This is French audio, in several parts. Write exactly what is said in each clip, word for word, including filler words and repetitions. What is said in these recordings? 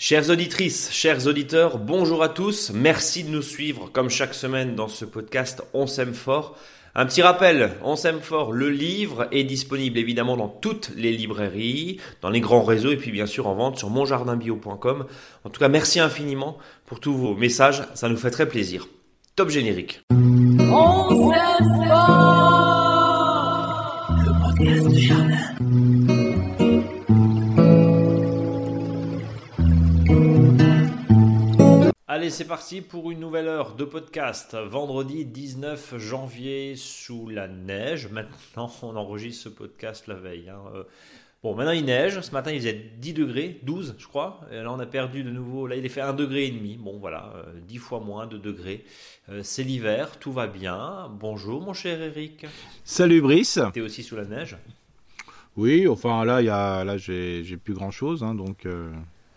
Chères auditrices, chers auditeurs, bonjour à tous. Merci de nous suivre comme chaque semaine dans ce podcast On s'aime fort. Un petit rappel, On s'aime fort, le livre est disponible évidemment dans toutes les librairies, dans les grands réseaux et puis bien sûr en vente sur mon jardin bio point com. En tout cas, merci infiniment pour tous vos messages, ça nous fait très plaisir. Top générique. On s'aime fort, le podcast du jardin. Allez, c'est parti pour une nouvelle heure de podcast. Vendredi dix-neuf janvier sous la neige. Maintenant, on enregistre ce podcast la veille. Hein. Euh, bon, maintenant il neige. Ce matin, il faisait dix degrés, douze, je crois. Et là, on a perdu de nouveau. Là, il est fait un degré et demi. Bon, voilà, euh, dix fois moins de degrés. Euh, c'est l'hiver, tout va bien. Bonjour, mon cher Eric. Salut Brice. T'es aussi sous la neige? Oui, enfin là, y a, là j'ai, j'ai plus grand chose, hein, donc euh,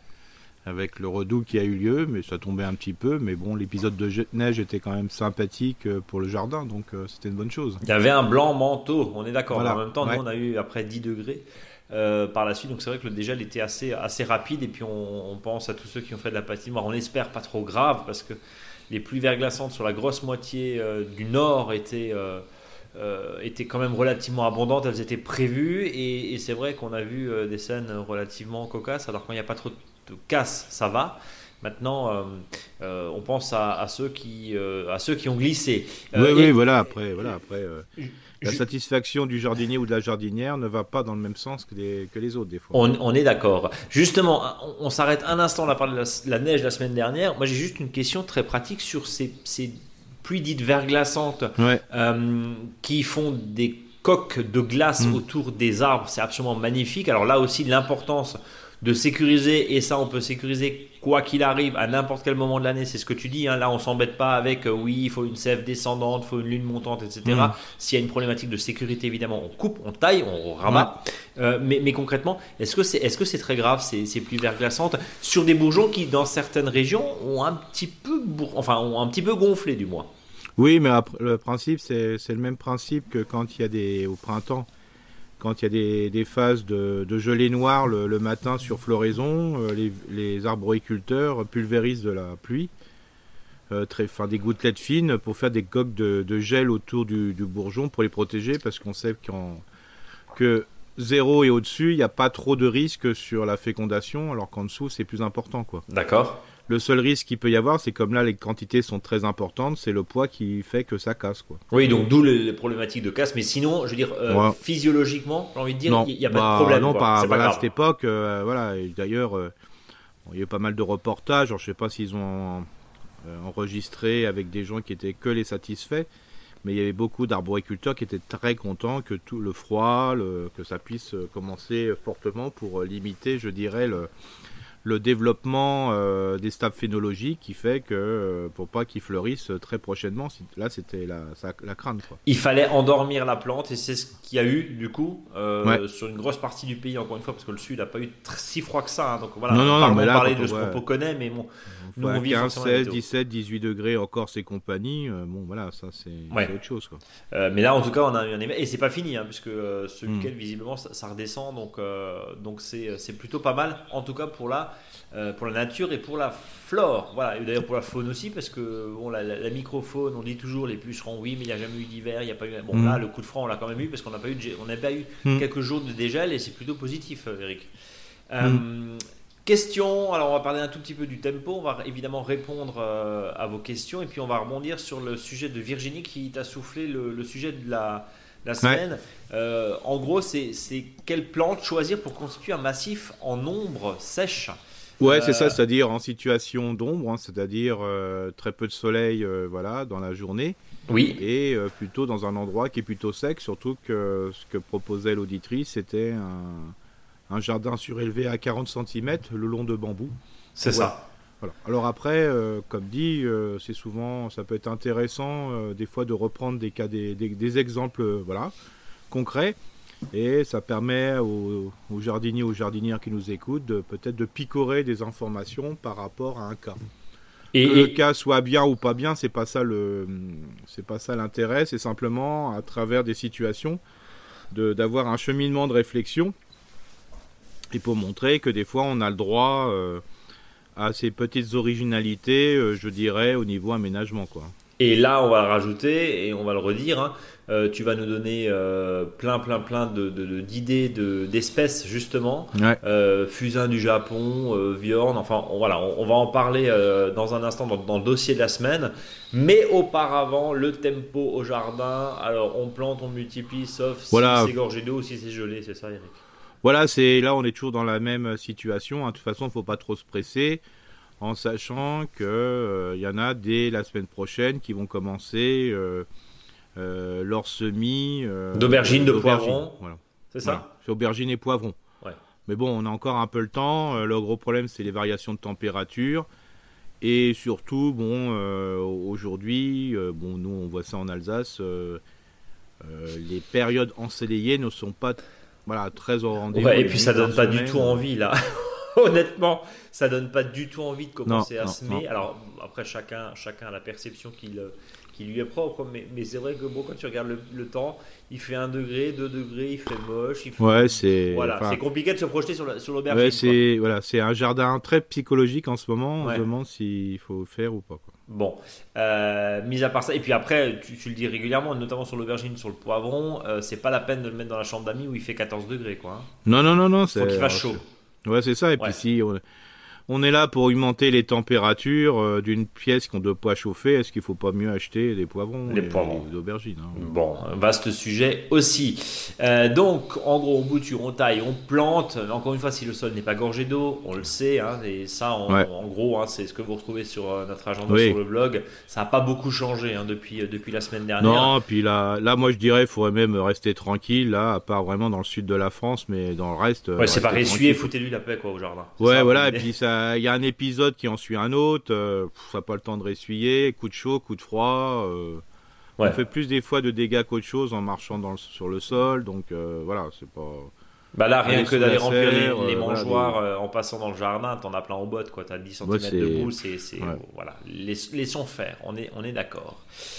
avec le redoux qui a eu lieu, mais ça tombait un petit peu, mais bon, l'épisode de ge- neige était quand même sympathique euh, pour le jardin, donc euh, c'était une bonne chose. Il y avait un blanc manteau, on est d'accord. Voilà, En même temps, ouais. nous, on a eu après dix degrés euh, par la suite, donc c'est vrai que le dégel était assez, assez rapide, et puis on, on pense à tous ceux qui ont fait de la patinoire. On espère pas trop grave, parce que les pluies verglaçantes sur la grosse moitié euh, du nord étaient... Euh, Euh, étaient quand même relativement abondantes, elles étaient prévues et, et c'est vrai qu'on a vu euh, des scènes relativement cocasses. Alors quand il n'y a pas trop de casse, ça va. Maintenant, euh, euh, on pense à, à ceux qui, euh, à ceux qui ont glissé. Oui, Euh, oui, et- voilà, après, voilà, après euh, la je- satisfaction du jardinier ou de la jardinière ne va pas dans le même sens que les, que les autres, des fois. On, on est d'accord. Justement, on, on s'arrête un instant, on a parlé de la, la neige la semaine dernière. Moi, j'ai juste une question très pratique sur ces, ces pluies dites verglaçantes Ouais. euh, qui font des coques de glace Mm. autour des arbres. C'est absolument magnifique. Alors là aussi, l'importance de sécuriser, et ça, on peut sécuriser quoi qu'il arrive à n'importe quel moment de l'année. C'est ce que tu dis. Hein. Là, on s'embête pas avec euh, oui, il faut une sève descendante, il faut une lune montante, et cetera. Mm. S'il y a une problématique de sécurité, évidemment, on coupe, on taille, on rabat. Euh, mais, mais concrètement, est-ce que c'est est-ce que c'est très grave ces, ces pluies verglaçantes sur des bourgeons qui, dans certaines régions, ont un petit peu, bour- enfin, ont un petit peu gonflé du moins. Oui, mais après, le principe, c'est, c'est le même principe que quand il y a des, au printemps, quand il y a des, des phases de, de gelée noire le, le matin sur floraison, euh, les, les arboriculteurs pulvérisent de la pluie, euh, très, enfin, des gouttelettes fines pour faire des coques de, de gel autour du, du bourgeon pour les protéger, parce qu'on sait qu'en, que zéro et au-dessus, il n'y a pas trop de risque sur la fécondation, alors qu'en dessous, c'est plus important, quoi. D'accord. Le seul risque qu'il peut y avoir, c'est comme là, les quantités sont très importantes, c'est le poids qui fait que ça casse, quoi. Oui, donc d'où les, les problématiques de casse. Mais sinon, je veux dire, euh, Ouais. physiologiquement, j'ai envie de dire, Non, il n'y a pas bah, de problème. non, quoi. pas, C'est voilà, à grave. cette époque, euh, voilà. Et d'ailleurs, euh, bon, il y a eu pas mal de reportages. Alors, je sais pas s'ils ont euh, enregistré avec des gens qui étaient que les satisfaits, mais il y avait beaucoup d'arboriculteurs qui étaient très contents que tout le froid, le, que ça puisse euh, commencer fortement pour euh, limiter, je dirais, le, le développement euh, des stapes phénologiques, qui fait que euh, pour pas qu'ils fleurissent très prochainement, si- là c'était la, ça- la crainte, quoi. Il fallait endormir la plante et c'est ce qu'il y a eu du coup euh, Ouais. sur une grosse partie du pays, encore une fois, parce que le sud n'a pas eu tr- si froid que ça. Hein. Donc voilà, Non, on non, va non, mais là, parler quand de on ce voit- qu'on connaît, mais bon, nous Enfin, on vit quinze, forcément la seize, météo. dix-sept, dix-huit degrés encore ces compagnies, euh, bon voilà, ça c'est, Ouais. c'est autre chose, quoi. Euh, mais là, en tout cas, on a eu un événement. Et c'est pas fini, hein, puisque euh, ce Mm. week-end, visiblement, ça, ça redescend. Donc, euh, donc c'est, c'est plutôt pas mal, en tout cas pour la, euh, pour la nature et pour la flore. Voilà. Et d'ailleurs pour la faune aussi, parce que bon, la, la, la microfaune, on dit toujours les pucerons, oui, mais il n'y a jamais eu d'hiver. Il y a pas eu. Bon, Mm. là, le coup de franc, on l'a quand même eu, parce qu'on n'a pas eu, de gé- on n'a pas eu Mm. quelques jours de dégel, et c'est plutôt positif, euh, Eric. Euh, Mm. Question, alors on va parler un tout petit peu du tempo, on va évidemment répondre euh, à vos questions et puis on va rebondir sur le sujet de Virginie qui t'a soufflé le, le sujet de la, la semaine. Euh, en gros, c'est, c'est quelle plante choisir pour constituer un massif en ombre sèche. Ouais, Euh, c'est ça, c'est-à-dire en situation d'ombre, hein, c'est-à-dire euh, très peu de soleil, euh, voilà, dans la journée, Oui, et euh, plutôt dans un endroit qui est plutôt sec, surtout que ce que proposait l'auditrice, c'était un, un jardin surélevé à quarante centimètres le long de bambous. c'est Ouais. ça. Voilà. Alors après, euh, comme dit, euh, c'est souvent, ça peut être intéressant euh, des fois de reprendre des cas, des, des, des exemples, euh, voilà, concrets, et ça permet aux, aux jardiniers, aux jardinières qui nous écoutent, de, peut-être de picorer des informations par rapport à un cas. Et, Que le et- cas soit bien ou pas bien, c'est pas ça le, c'est pas ça l'intérêt, c'est simplement à travers des situations de, d'avoir un cheminement de réflexion et pour montrer que des fois on a le droit. Euh, a ses petites originalités, euh, je dirais, au niveau aménagement, quoi. Et là, on va le rajouter et on va le redire. Hein. Euh, tu vas nous donner euh, plein, plein, plein de, de, de, d'idées de, d'espèces, justement. Ouais. Euh, fusain du Japon, euh, viorne. Enfin, on, voilà, on, on va en parler euh, dans un instant dans, dans le dossier de la semaine. Mais auparavant, le tempo au jardin. Alors, on plante, on multiplie, sauf voilà. si c'est gorgé d'eau ou si c'est gelé. C'est ça, Eric? Voilà, c'est, là, on est toujours dans la même situation. Hein. De toute façon, il ne faut pas trop se presser. En sachant qu'il euh, y en a dès la semaine prochaine qui vont commencer euh, euh, leur semis euh, d'aubergines, de d'aubergines. poivrons. Voilà. C'est ça voilà. C'est aubergines et poivrons. Ouais. Mais bon, on a encore un peu le temps. Euh, le gros problème, c'est les variations de température. Et surtout, bon, euh, aujourd'hui, euh, bon, nous, on voit ça en Alsace, euh, euh, les périodes ensoleillées ne sont pas voilà, très au rendez-vous. Ouais, et puis ça donne donne pas du tout envie, là. Honnêtement, ça donne pas du tout envie de commencer non, à non, semer. Non. Alors après, chacun, chacun a la perception qu'il, qui lui est propre, mais, mais c'est vrai que bon, quand tu regardes le, le temps, il fait un degré, deux degrés, il fait moche. Il fait... Ouais, c'est. Voilà, enfin... c'est compliqué de se projeter sur, la, sur l'aubergine. Ouais, c'est voilà, c'est un jardin très psychologique en ce moment. On ouais. se demande s'il faut faire ou pas, quoi. Bon, euh, mis à part ça, et puis après, tu, tu le dis régulièrement, notamment sur l'aubergine, sur le poivron, euh, c'est pas la peine de le mettre dans la chambre d'amis où il fait quatorze degrés, quoi. Hein. Non, non, non, non. C'est... Faut qu'il fasse chaud. C'est... Ouais, c'est ça. Et ouais. puis si on... on est là pour augmenter les températures euh, d'une pièce qu'on ne doit pas chauffer, est-ce qu'il ne faut pas mieux acheter des poivrons Les et poivrons. des aubergines, hein. Bon, vaste sujet aussi. Euh, donc, en gros, on bouture, on taille, on plante. Encore une fois, si le sol n'est pas gorgé d'eau, on le sait. Hein, et ça, en, ouais. en gros, hein, c'est ce que vous retrouvez sur euh, notre agenda oui. sur le blog. Ça n'a pas beaucoup changé hein, depuis, euh, depuis la semaine dernière. Non, puis là, là moi je dirais qu'il faudrait même rester tranquille, là, à part vraiment dans le sud de la France, mais dans le reste. Ouais, c'est pas essuyer, foutez-lui la paix quoi, au jardin. C'est ouais, ça, voilà, et puis il y a un épisode qui en suit un autre, euh, ça n'a pas le temps de ressuyer, coup de chaud, coup de froid. Euh, ouais. On fait plus des fois de dégâts qu'autre chose en marchant dans le, sur le sol, donc euh, voilà, c'est pas. Bah là, rien que d'aller remplir serre, les, les euh, mangeoires voilà, euh, en passant dans le jardin, t'en as plein aux bottes, quoi. T'as dix centimètres ouais, de boue, c'est, c'est ouais. voilà, laissons faire. On est, on est d'accord.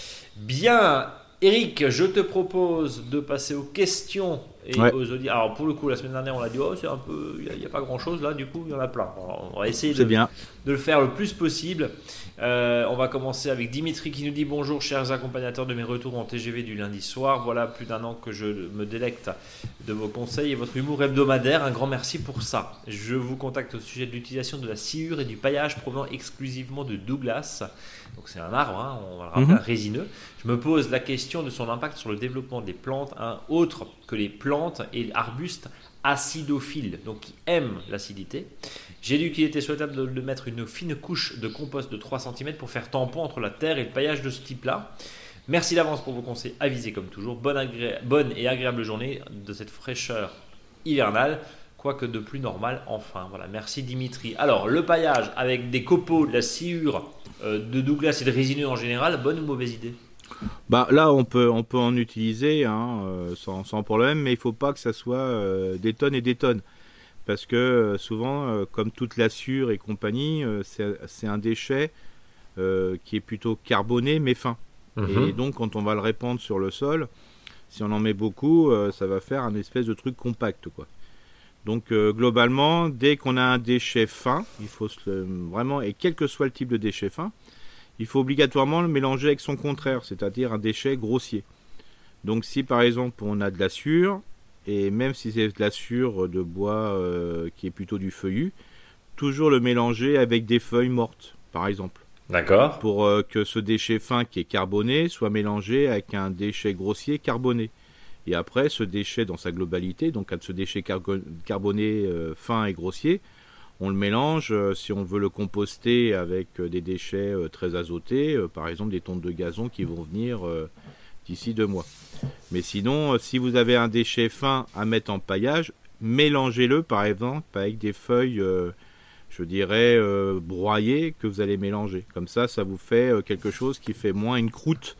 Bien, Eric, je te propose de passer aux questions et ouais. aux auditeurs. Alors pour le coup, la semaine dernière, on a dit oh c'est un peu, il n'y a, a pas grand chose là. Du coup, il y en a plein. Alors, on va essayer de, bien. de le faire le plus possible. Euh, on va commencer avec Dimitri qui nous dit bonjour chers accompagnateurs de mes retours en T G V du lundi soir. Voilà plus d'un an que je me délecte de vos conseils et votre humour hebdomadaire. Un grand merci pour ça. Je vous contacte au sujet de l'utilisation de la sciure et du paillage provenant exclusivement de Douglas. Donc c'est un arbre, hein, on va le rappeler, mm-hmm. résineux. Je me pose la question de son impact sur le développement des plantes, hein, autre que les plantes et arbustes acidophiles, donc qui aiment l'acidité. J'ai lu qu'il était souhaitable de, de mettre une fine couche de compost de trois centimètres pour faire tampon entre la terre et le paillage de ce type-là. Merci d'avance pour vos conseils avisés comme toujours. Bonne, agré- bonne et agréable journée de cette fraîcheur hivernale, quoique de plus normal enfin. Voilà, merci Dimitri. Alors, le paillage avec des copeaux, de la sciure, euh, de Douglas et de résineux en général, bonne ou mauvaise idée ? Bah là on peut on peut en utiliser hein, euh, sans, sans problème, mais il faut pas que ça soit euh, des tonnes et des tonnes parce que euh, souvent euh, comme toute la sciure et compagnie euh, c'est, c'est un déchet euh, qui est plutôt carboné mais fin mm-hmm. et donc quand on va le répandre sur le sol, si on en met beaucoup euh, ça va faire un espèce de truc compact quoi. Donc euh, globalement dès qu'on a un déchet fin, il faut se le, vraiment et quel que soit le type de déchet fin, il faut obligatoirement le mélanger avec son contraire, c'est-à-dire un déchet grossier. Donc si par exemple on a de la sciure, et même si c'est de la sciure de bois euh, qui est plutôt du feuillu, toujours le mélanger avec des feuilles mortes, par exemple. D'accord. Pour euh, que ce déchet fin qui est carboné soit mélangé avec un déchet grossier carboné. Et après, ce déchet dans sa globalité, donc ce déchet cargo- carboné euh, fin et grossier, on le mélange, euh, si on veut le composter avec euh, des déchets euh, très azotés, euh, par exemple des tontes de gazon qui vont venir euh, d'ici deux mois. Mais sinon, euh, si vous avez un déchet fin à mettre en paillage, mélangez-le par exemple avec des feuilles, euh, je dirais, euh, broyées que vous allez mélanger. Comme ça, ça vous fait euh, quelque chose qui fait moins une croûte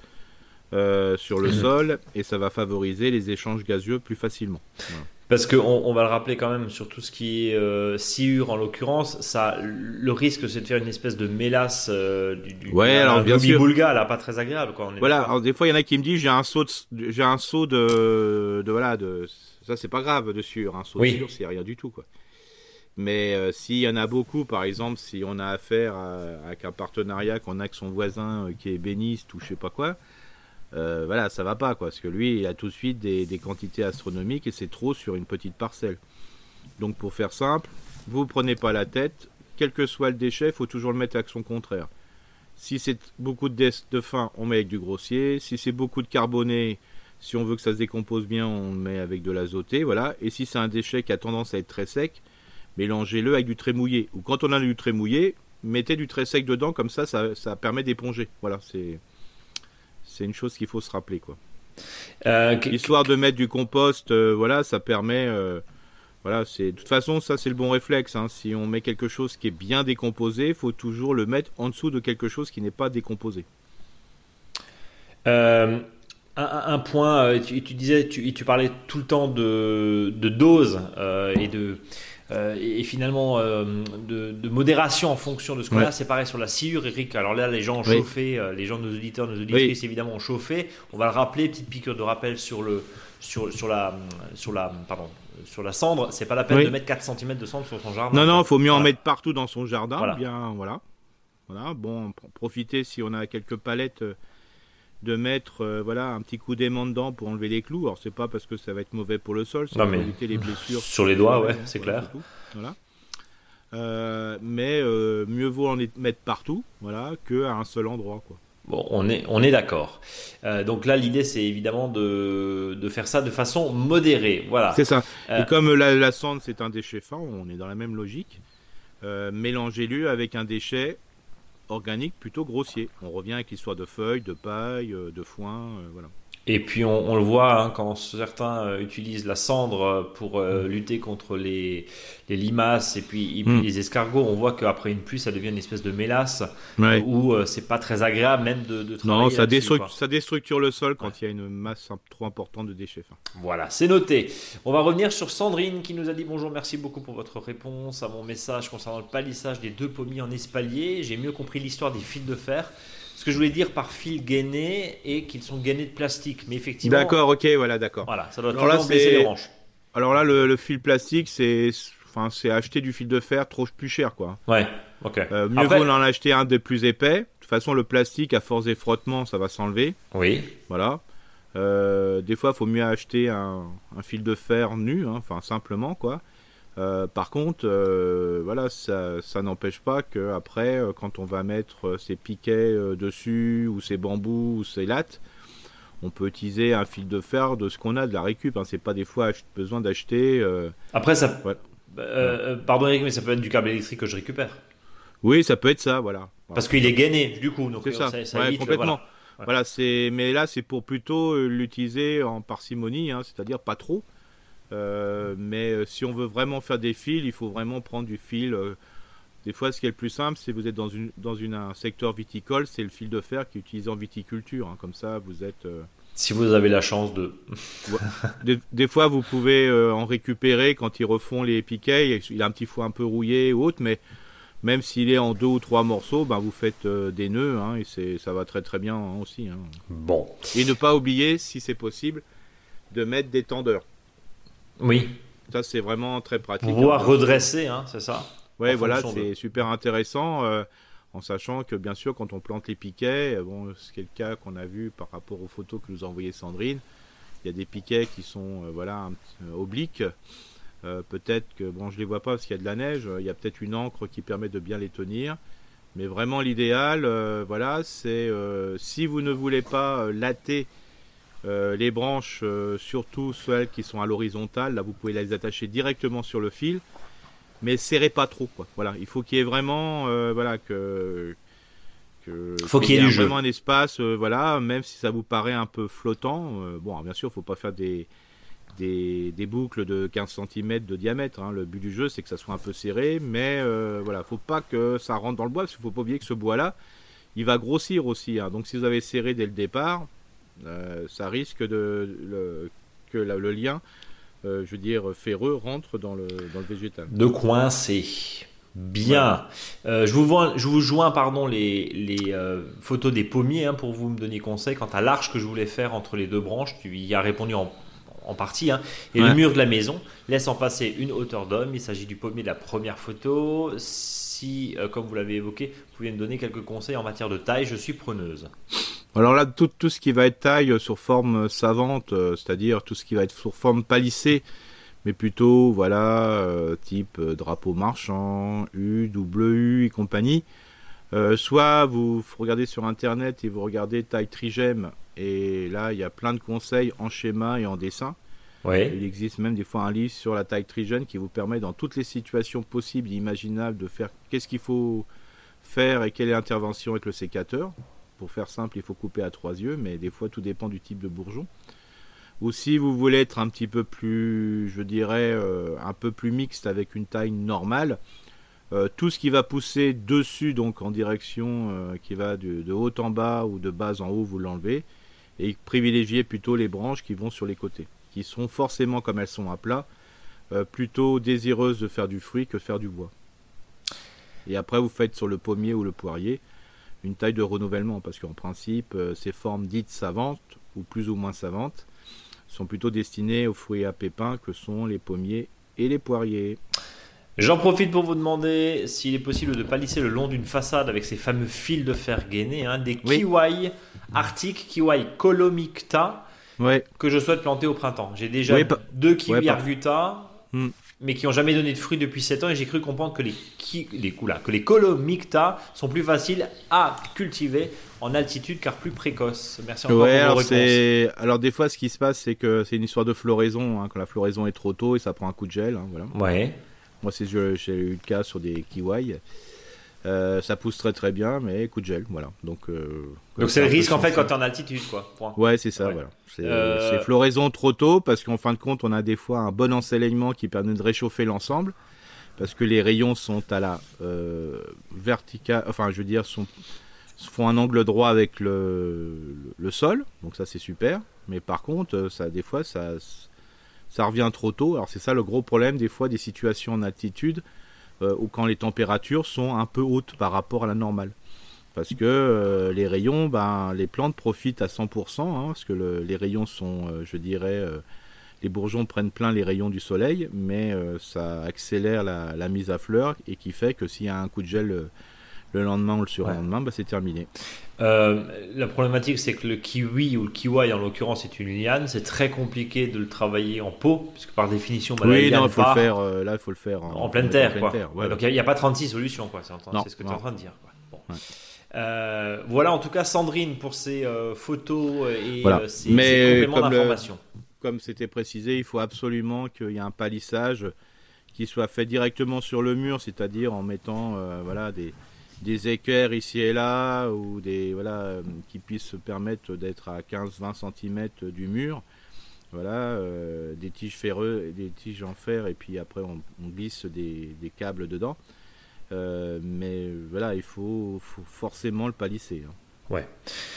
euh, sur le mmh. sol et ça va favoriser les échanges gazieux plus facilement. Voilà. Parce qu'on on va le rappeler quand même sur tout ce qui est euh, sciure en l'occurrence, ça, le risque c'est de faire une espèce de mélasse euh, du, du ouais, alors, bien sûr. boulga là, pas très agréable quoi. On est voilà, alors, des fois il y en a qui me disent j'ai un seau de, j'ai un seau de, de voilà de ça c'est pas grave de sciure, un seau oui. de sciure c'est rien du tout quoi. Mais euh, s'il y en a beaucoup, par exemple, si on a affaire à, avec un partenariat qu'on a avec son voisin euh, qui est ébéniste ou je sais pas quoi, euh, voilà, ça va pas, quoi. Parce que lui, il a tout de suite des, des quantités astronomiques et c'est trop sur une petite parcelle. Donc pour faire simple, vous prenez pas la tête, quel que soit le déchet, il faut toujours le mettre avec son contraire. Si c'est beaucoup de, dé- de fin, on met avec du grossier. Si c'est beaucoup de carboné, si on veut que ça se décompose bien, on le met avec de l'azoté, voilà. Et si c'est un déchet qui a tendance à être très sec, mélangez-le avec du trait mouillé. Ou quand on a du trait mouillé, mettez du trait sec dedans, comme ça, ça, ça permet d'éponger. Voilà, c'est, c'est une chose qu'il faut se rappeler, quoi. Euh, Histoire de mettre du compost, euh, voilà, ça permet... Euh, voilà, c'est, de toute façon, ça c'est le bon réflexe. Hein. Si on met quelque chose qui est bien décomposé, il faut toujours le mettre en dessous de quelque chose qui n'est pas décomposé. Euh, un, un point, tu, tu disais, tu, tu parlais tout le temps de, de dose euh, et de... Euh, et finalement euh, de, de modération en fonction de ce qu'on ouais. a. C'est pareil sur la sciure, Eric. Alors là, les gens ont oui. chauffé, euh, les gens, nos auditeurs, nos auditrices, oui. évidemment, ont chauffé. On va le rappeler, petite piqûre de rappel sur le, sur, sur la, sur la, pardon, sur la cendre. C'est pas la peine oui. de mettre quatre centimètres de cendre sur son jardin. Non, non, il faut mieux voilà. en mettre partout dans son jardin. Voilà. Bien, voilà. Voilà. Bon, profitez si on a quelques palettes. Euh, de mettre euh, voilà un petit coup d'aimant dedans pour enlever les clous. Alors c'est pas parce que ça va être mauvais pour le sol, c'est non, pour mais éviter les blessures sur les doigts, ouais, hein, c'est voilà, clair. c'est voilà. Euh, mais euh, mieux vaut en mettre partout, voilà, que à un seul endroit, quoi. Bon, on est on est d'accord. Euh, donc là, l'idée c'est évidemment de de faire ça de façon modérée, voilà. C'est ça. Euh, Et comme la, la cendre c'est un déchet fin, on est dans la même logique. Euh, mélangez-le avec un déchet organique plutôt grossier. On revient avec l'histoire de feuilles, de paille, de foin, euh, voilà. Et puis on, on le voit hein, quand certains euh, utilisent la cendre pour euh, lutter contre les, les limaces et puis, et puis mm. les escargots, on voit qu'après une pluie ça devient une espèce de mélasse ouais. où euh, c'est pas très agréable même de, de travailler. Non, ça, dessus, destru- ça déstructure le sol quand il ouais. y a une masse trop importante de déchets fins. Voilà, c'est noté. On va revenir sur Sandrine qui nous a dit bonjour, merci beaucoup pour votre réponse à mon message concernant le palissage des deux pommiers en espalier. J'ai mieux compris l'histoire des fils de fer. Ce que je voulais dire par fils gainés et qu'ils sont gainés de plastique. Mais effectivement. D'accord, ok, voilà, d'accord. Voilà, ça doit Alors là, toujours baisser c'est... les branches. Alors là, le, le fil plastique, c'est, enfin, c'est acheter du fil de fer trop plus cher, quoi. Ouais, ok. Euh, mieux Après... vaut en acheter un des plus épais. De toute façon, le plastique, à force des frottements, ça va s'enlever. Oui. Voilà. Euh, des fois, il faut mieux acheter un, un fil de fer nu, hein, enfin, simplement, quoi. Euh, par contre, euh, voilà, ça, ça n'empêche pas que après, euh, quand on va mettre euh, ces piquets euh, dessus, ou ces bambous, ou ces lattes, on peut utiliser un fil de fer de ce qu'on a de la récup. Hein. C'est pas des fois ach- besoin d'acheter. Euh... Après, ça. Ouais. Euh, pardon Eric, mais ça peut être du câble électrique que je récupère. Oui, ça peut être ça, voilà. Parce qu'il est gainé, du coup. Donc c'est ça. ça, ça ouais, évite, complètement. voilà. Ouais. Voilà, c'est. Mais là, c'est pour plutôt euh, l'utiliser en parcimonie, hein, c'est-à-dire pas trop. Euh, mais euh, si on veut vraiment faire des fils, il faut vraiment prendre du fil. Euh, des fois, ce qui est le plus simple, c'est que vous êtes dans, une, dans une, un secteur viticole, c'est le fil de fer qui est utilisé en viticulture. Hein, comme ça, vous êtes. Euh... Si vous avez la chance de. des, des fois, vous pouvez euh, en récupérer quand ils refont les piquets. Il a un petit foie un peu rouillé ou autre, mais même s'il est en deux ou trois morceaux, ben, vous faites euh, des nœuds hein, et c'est, ça va très très bien hein, aussi. Hein. Bon. Et ne pas oublier, si c'est possible, de mettre des tendeurs. Oui. Ça, c'est vraiment très pratique. Pour pouvoir hein, redresser, hein, c'est ça. Ouais, voilà, c'est de... super intéressant, euh, en sachant que bien sûr, quand on plante les piquets, bon, c'est le cas qu'on a vu par rapport aux photos que nous a envoyées Sandrine. Il y a des piquets qui sont, euh, voilà, un, euh, obliques. Euh, peut-être que, bon, je les vois pas parce qu'il y a de la neige. Il y a peut-être une encre qui permet de bien les tenir. Mais vraiment, l'idéal, euh, voilà, c'est euh, si vous ne voulez pas euh, latter Euh, les branches, euh, surtout celles qui sont à l'horizontale, là vous pouvez les attacher directement sur le fil, mais serrez pas trop, quoi. Voilà, il faut qu'il y ait vraiment, euh, voilà, que, que faut qu'il y ait du jeu. Vraiment un espace, euh, voilà, même si ça vous paraît un peu flottant. Euh, bon, alors, bien sûr, faut pas faire des des, des boucles de quinze centimètres de diamètre. Hein. Le but du jeu, c'est que ça soit un peu serré, mais euh, voilà, faut pas que ça rentre dans le bois, parce qu'il faut pas oublier que ce bois-là, il va grossir aussi. Hein. Donc, si vous avez serré dès le départ. Euh, ça risque de le, que la, le lien, euh, je veux dire, ferreux rentre dans le, dans le végétal. De coincer. Bien. Ouais. Euh, je, vous vois, je vous joins pardon, les, les euh, photos des pommiers hein, pour vous me donner conseil quant à l'arche que je voulais faire entre les deux branches. Tu y as répondu en, en partie, hein, et Ouais. le mur de la maison laisse en passer une hauteur d'homme. Il s'agit du pommier de la première photo. Si, euh, comme vous l'avez évoqué, vous pouvez me donner quelques conseils en matière de taille, je suis preneuse. Alors là, tout, tout ce qui va être taille sur forme savante, euh, c'est-à-dire tout ce qui va être sur forme palissée, mais plutôt, voilà, euh, type euh, drapeau marchand, U, double U et compagnie. Euh, soit vous regardez sur Internet et vous regardez taille trigème, et là, il y a plein de conseils en schéma et en dessin. Ouais. Il existe même des fois un livre sur la taille trigème qui vous permet dans toutes les situations possibles et imaginables de faire qu'est-ce qu'il faut faire et quelle est l'intervention avec le sécateur. Pour faire simple, il faut couper à trois yeux, mais des fois tout dépend du type de bourgeon. Ou si vous voulez être un petit peu plus, je dirais, euh, un peu plus mixte avec une taille normale, euh, tout ce qui va pousser dessus, donc en direction euh, qui va de, de haut en bas ou de bas en haut, vous l'enlevez. Et privilégiez plutôt les branches qui vont sur les côtés, qui sont forcément, comme elles sont à plat, euh, plutôt désireuses de faire du fruit que de faire du bois. Et après, vous faites sur le pommier ou le poirier une taille de renouvellement, parce qu'en principe, euh, ces formes dites savantes, ou plus ou moins savantes, sont plutôt destinées aux fruits à pépins que sont les pommiers et les poiriers. J'en profite pour vous demander s'il est possible de palisser le long d'une façade avec ces fameux fils de fer gainés, hein, des Oui. kiwai arctiques, kiwai colomicta, Ouais, que je souhaite planter au printemps. J'ai déjà Oui, pa- deux kiwis ouais, par- arguta, Hmm. mais qui n'ont jamais donné de fruits depuis sept ans, et j'ai cru comprendre que les, ki... les, oula, que les colomicta sont plus faciles à cultiver en altitude car plus précoces. Merci encore ouais pour vos alors, réponses. c'est... alors des fois, ce qui se passe, c'est que c'est une histoire de floraison, hein, quand la floraison est trop tôt et ça prend un coup de gel. Hein, voilà. Ouais. Moi, c'est, je- j'ai eu le cas sur des kiwis. Euh, ça pousse très très bien, mais coup de gel, voilà. Donc, euh, Donc c'est le un peu risque en fait sensible. quand tu es en altitude, quoi. Point. Ouais, c'est ça, Ouais. voilà. C'est, Euh, c'est floraison trop tôt, parce qu'en fin de compte, on a des fois un bon ensoleillement qui permet de réchauffer l'ensemble, parce que les rayons sont à la euh, verticale, enfin, je veux dire, sont, font un angle droit avec le, le sol, donc ça c'est super. Mais par contre, ça, des fois, ça, ça revient trop tôt. Alors c'est ça le gros problème des fois des situations en altitude, euh, ou quand les températures sont un peu hautes par rapport à la normale. Parce que euh, les rayons, ben, les plantes profitent à cent pour cent, hein, parce que le, les rayons sont, euh, je dirais, euh, les bourgeons prennent plein les rayons du soleil, mais euh, ça accélère la, la mise à fleur, et qui fait que s'il y a un coup de gel le, le lendemain ou le surlendemain, ben, c'est terminé. Euh, la problématique, c'est que le kiwi ou le kiwai, en l'occurrence, est une liane. C'est très compliqué de le travailler en pot, puisque par définition, bah, la Oui, liane non, il faut le part faire, euh, là, il faut le faire en, en pleine terre. en Quoi. pleine terre, ouais, Donc ouais. il n'y a, a pas trente-six solutions, quoi. C'est, en- Non, c'est ce que tu es non. en train de dire. Quoi. Bon. Ouais. Euh, voilà en tout cas Sandrine pour ses euh, photos et Voilà. euh, ses, Mais ses compléments comme le- d'information. Comme c'était précisé, il faut absolument qu'il y ait un palissage qui soit fait directement sur le mur, c'est-à-dire en mettant euh, voilà, des, des équerres ici et là, ou des, voilà, euh, qui puissent se permettre d'être à quinze à vingt centimètres du mur. Voilà, euh, des tiges ferreuses, des tiges en fer, et puis après on, on glisse des, des câbles dedans. Euh, mais voilà, il faut, faut forcément le palisser. Hein. Ouais.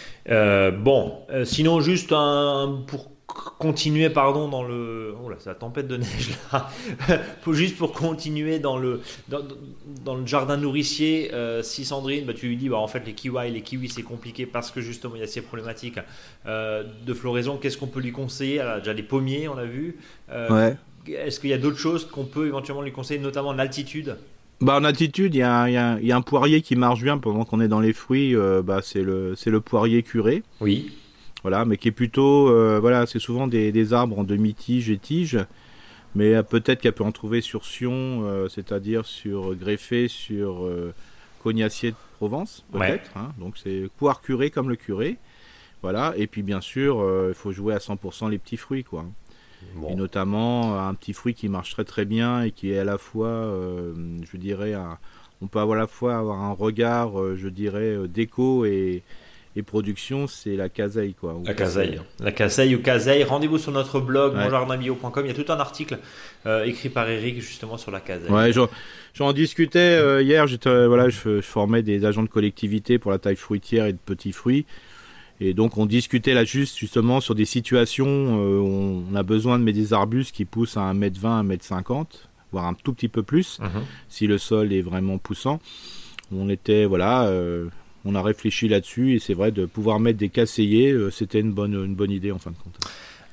Euh, bon, euh, sinon juste un pour c- continuer, pardon, dans le. Oh là, c'est la tempête de neige là. Pour- juste pour continuer dans le dans, dans le jardin nourricier. Euh, si Sandrine, bah, tu lui dis, bah en fait les kiwis, les kiwis c'est compliqué parce que justement il y a ces problématiques euh, de floraison. Qu'est-ce qu'on peut lui conseiller? Alors, déjà les pommiers, on a vu. Euh, Ouais. Est-ce qu'il y a d'autres choses qu'on peut éventuellement lui conseiller, notamment en altitude? Bah, en altitude, il y, a un- il y a un- il y a un poirier qui marche bien pendant qu'on est dans les fruits. euh, bah, c'est le, c'est le poirier curé, Oui. voilà, mais qui est plutôt, euh, voilà, c'est souvent des, des arbres en demi-tige et tige, mais euh, peut-être qu'elle peut en trouver sur sion, euh, c'est-à-dire sur greffé sur euh, cognacier de Provence, peut-être. Hein, donc c'est poire curé comme le curé, voilà. Et puis bien sûr, euh, il faut jouer à cent pour cent les petits fruits, quoi. Bon. Et notamment euh, un petit fruit qui marche très très bien et qui est à la fois, euh, je dirais, un- on peut avoir à la fois avoir un regard, euh, je dirais, euh, déco et, et production, c'est la caseille, quoi. Ou La caseille. La caseille ou caseille. Rendez-vous sur notre blog Ouais. mon jardin bio point com. Il y a tout un article euh, écrit par Eric justement sur la caseille. Ouais, j'en, j'en discutais euh, hier. J'étais, euh, voilà, je, je formais des agents de collectivité pour la taille fruitière et de petits fruits. Et donc on discutait là juste justement sur des situations euh, où on a besoin de mettre des arbustes qui poussent à un mètre vingt, un mètre cinquante, voire un tout petit peu plus, Mhm. si le sol est vraiment poussant. On était, voilà, euh, on a réfléchi là-dessus, et c'est vrai, de pouvoir mettre des casseillers, euh, c'était une bonne, une bonne idée en fin de compte.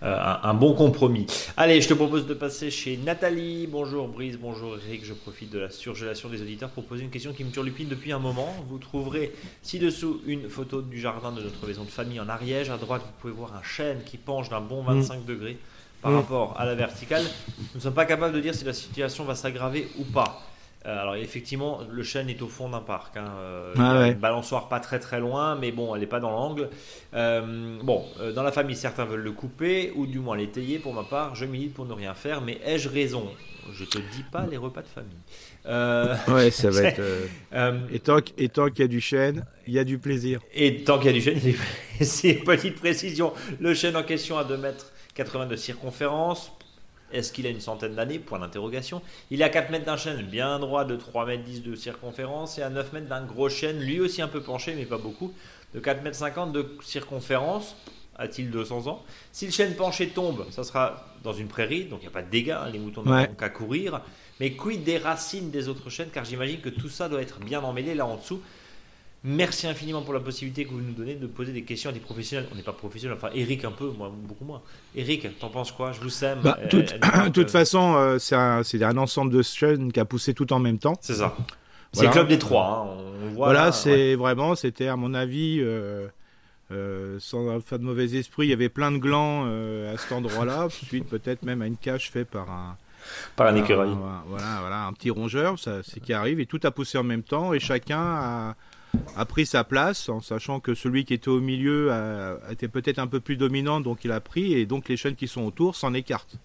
euh, un, un bon compromis. Allez, je te propose de passer chez Nathalie. Bonjour Brice, bonjour Eric. Je profite de la surgélation des auditeurs pour poser une question qui me turlupine depuis un moment. Vous trouverez ci-dessous une photo du jardin de notre maison de famille en Ariège. À droite, vous pouvez voir un chêne qui penche d'un bon vingt-cinq mmh. degrés par mmh. rapport à la verticale. Nous ne sommes pas capables de dire si la situation va s'aggraver ou pas. Euh, alors effectivement, le chêne est au fond d'un parc. Hein. Euh, ah, il y a ouais. une balançoire pas très très loin, mais bon, elle n'est pas dans l'angle. Euh, bon, euh, dans la famille, certains veulent le couper, ou du moins l'étayer. Pour ma part, je milite pour ne rien faire, mais ai-je raison ? Je te dis pas les repas de famille. Euh... Ouais, ça va être. Euh... Euh... Et tant qu'il y a du chêne, il y a du plaisir. Et tant qu'il y a du chêne, c'est une petite précision. Le chêne en question a deux mètres quatre-vingts de circonférence. Est-ce qu'il a une centaine d'années ? Point d'interrogation. Il est à quatre mètres d'un chêne bien droit de trois mètres dix de circonférence et à neuf mètres d'un gros chêne, lui aussi un peu penché, mais pas beaucoup, de quatre mètres cinquante de circonférence. A-t-il deux cents ans ? Si le chêne penché tombe, ça sera dans une prairie, donc il n'y a pas de dégâts, hein, les moutons n'ont ouais. qu'à courir. Mais quid des racines des autres chênes ? Car j'imagine que tout ça doit être bien emmêlé là en dessous. Merci infiniment pour la possibilité que vous nous donnez de poser des questions à des professionnels. On n'est pas professionnels, enfin Eric un peu, moi beaucoup moins. Eric, t'en penses quoi ? Je vous sème. Bah, de toute, toute façon, euh, c'est, un, c'est un ensemble de chênes qui a poussé tout en même temps. C'est ça. C'est voilà. Le club des trois. Hein. On voit voilà, là, c'est ouais. vraiment, c'était à mon avis, euh, euh, sans faire de mauvais esprit, il y avait plein de glands euh, à cet endroit-là. Suite peut-être même à une cage faite par un... Par un écureuil. Un, voilà, voilà, un petit rongeur, ça, c'est qui arrive et tout a poussé en même temps et chacun a... a pris sa place en sachant que celui qui était au milieu a, a été peut-être un peu plus dominant, donc il a pris et donc les chênes qui sont autour s'en écartent.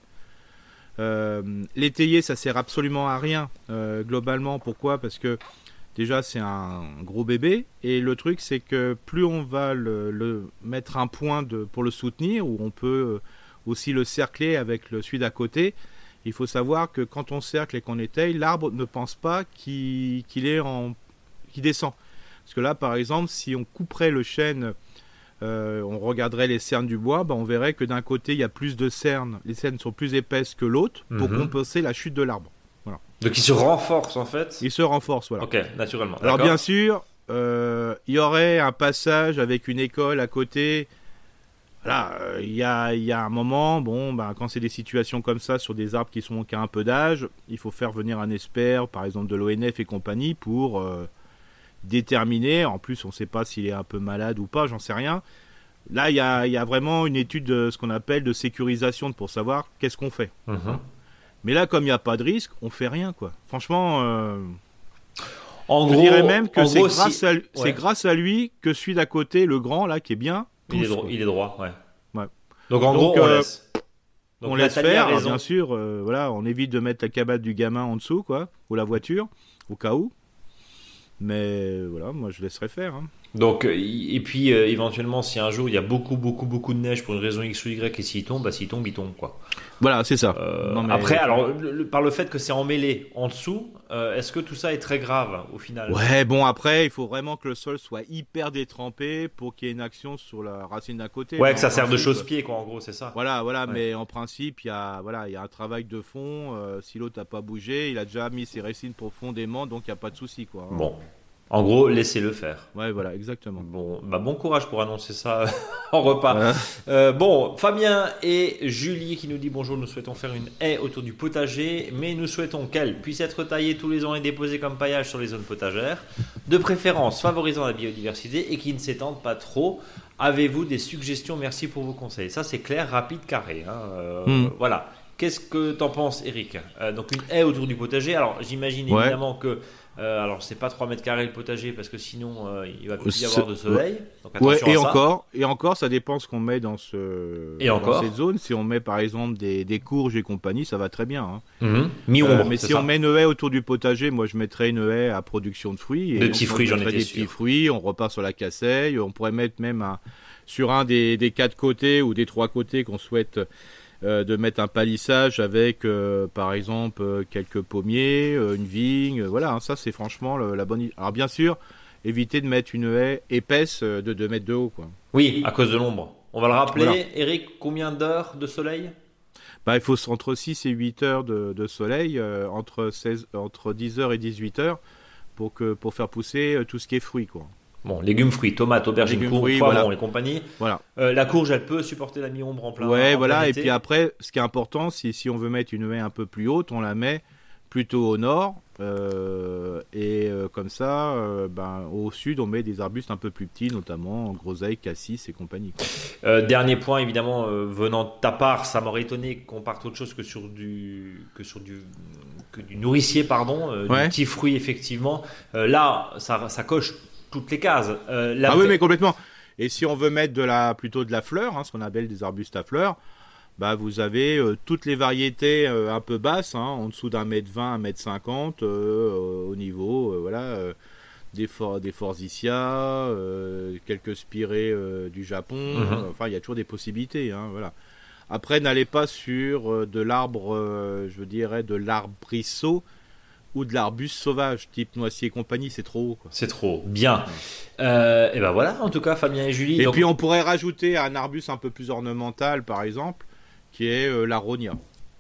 Euh, l'étayer, ça sert absolument à rien euh, globalement. Pourquoi ? Parce que déjà c'est un gros bébé et le truc c'est que plus on va le, le mettre un point de, pour le soutenir, ou on peut aussi le cercler avec le celui d'à côté. Il faut savoir que quand on cercle et qu'on étaye, l'arbre ne pense pas qu'il, qu'il est en, qu'il descend. Parce que là, par exemple, si on couperait le chêne, euh, on regarderait les cernes du bois, bah, on verrait que d'un côté, il y a plus de cernes, les cernes sont plus épaisses que l'autre pour mm-hmm. compenser la chute de l'arbre. Voilà. Donc il se renforce en fait ? Il se renforce, voilà. Ok, naturellement. Alors D'accord. bien sûr, euh, il y aurait un passage avec une école à côté. Voilà, il euh, y, a, y a un moment, bon, bah, quand c'est des situations comme ça, sur des arbres qui sont qui a un peu d'âge, il faut faire venir un expert, par exemple de l'O N F et compagnie, pour... Euh, déterminé, en plus on ne sait pas s'il est un peu malade ou pas, j'en sais rien. Là il y a, y a vraiment une étude de ce qu'on appelle de sécurisation pour savoir qu'est-ce qu'on fait. Mmh. Mais là comme il n'y a pas de risque, on fait rien quoi. Franchement, euh, en je gros, dirais même que c'est, gros, grâce si... à, ouais. c'est grâce à lui que celui d'à côté, le grand là qui est bien, pousse, il, est droit, il est droit, ouais. ouais. Donc en Donc, gros on euh, laisse. Donc, on laisse faire, alors, bien sûr, euh, voilà, on évite de mettre la cabane du gamin en dessous quoi, ou la voiture, au cas où. Mais voilà, moi je laisserai faire. Hein. Donc, et puis euh, éventuellement, si un jour il y a beaucoup, beaucoup, beaucoup de neige pour une raison X ou Y et s'il tombe, bah s'il tombe, il tombe quoi. Voilà, c'est ça. Euh, non, mais... Après, alors, le, le, par le fait que c'est emmêlé en dessous, euh, est-ce que tout ça est très grave au final ? Ouais, bon, après, il faut vraiment que le sol soit hyper détrempé pour qu'il y ait une action sur la racine d'un côté. Ouais, que ça serve de chausse-pied, quoi, en gros, c'est ça. Voilà, voilà, ouais. Mais en principe, il y a, voilà, il y a un travail de fond. Euh, si l'autre n'a pas bougé, il a déjà mis ses racines profondément, donc il n'y a pas de souci, quoi. Hein. Bon. En gros, laissez-le faire. Ouais, voilà, exactement. Bon, bah bon courage pour annoncer ça en repas. Voilà. Euh, bon, Fabien et Julie qui nous dit bonjour, nous souhaitons faire une haie autour du potager, mais nous souhaitons qu'elle puisse être taillée tous les ans et déposée comme paillage sur les zones potagères, de préférence favorisant la biodiversité et qui ne s'étende pas trop. Avez-vous des suggestions ? Merci pour vos conseils. Ça, c'est clair, rapide, carré. Hein. Euh, mm. Voilà. Qu'est-ce que t'en penses, Eric ? euh, Donc une haie autour du potager. Alors, j'imagine ouais. évidemment que Euh, alors c'est pas trois mètres carrés le potager parce que sinon euh, il va plus y avoir de soleil. Donc attention ouais, et à ça. encore, et encore, ça dépend ce qu'on met dans ce et dans encore. cette zone. Si on met par exemple des, des courges et compagnie, ça va très bien. Hein. Mmh. Mi-ombre. Euh, mais si ça. On met une haie autour du potager, moi je mettrais une haie à production de fruits. De petits fruits, j'en étais des sûr. Des petits fruits, on repart sur la casseille. On pourrait mettre même un, sur un des, des quatre côtés ou des trois côtés qu'on souhaite. Euh, de mettre un palissage avec euh, par exemple euh, quelques pommiers, euh, une vigne, euh, voilà, hein, ça c'est franchement le, la bonne idée. Alors bien sûr, éviter de mettre une haie épaisse euh, de deux mètres de haut, quoi. Oui, à cause de l'ombre. On va le rappeler, voilà. Eric, combien d'heures de soleil ? Bah, il faut entre six et huit heures de, de soleil, euh, entre, seize, entre dix heures et dix-huit heures pour, que, pour faire pousser euh, tout ce qui est fruits, quoi. Bon, légumes, fruits, tomates, aubergines, Légumes, courges, fruits, poivrons voilà. et compagnie. Voilà. Euh, la courge, elle peut supporter la mi-ombre en plein. Ouais, en voilà. plein Et été. puis après, ce qui est important, c'est si on veut mettre une haie un peu plus haute, on la met plutôt au nord. Euh, et euh, comme ça, euh, ben, au sud, on met des arbustes un peu plus petits, notamment groseille, cassis et compagnie, quoi. Euh, dernier point, évidemment, euh, venant de ta part, ça m'aurait étonné qu'on parte autre chose que sur du, que sur du, que du nourricier, pardon, euh, Ouais. du petit fruit, effectivement. Euh, là, ça, ça coche toutes les cases. Euh, la Ah oui, vraie- mais complètement. Et si on veut mettre de la, plutôt de la fleur, hein, ce qu'on appelle des arbustes à fleurs, bah vous avez euh, toutes les variétés euh, un peu basses, hein, en dessous d'un mètre vingt, un mètre cinquante, euh, au niveau, euh, voilà, euh, des, for des forsythias, euh, quelques spirées euh, du Japon. Mhm. euh, Enfin, il y a toujours des possibilités, hein, voilà. Après, n'allez pas sur euh, de l'arbre, euh, je dirais, de l'arbrisseau ou de l'arbuste sauvage, type noisetier et compagnie, c'est trop haut, quoi. C'est trop bien. Euh, et ben voilà, en tout cas, Fabien et Julie. Et donc- puis on pourrait rajouter un arbuste un peu plus ornemental, par exemple, qui est euh, l'aronia.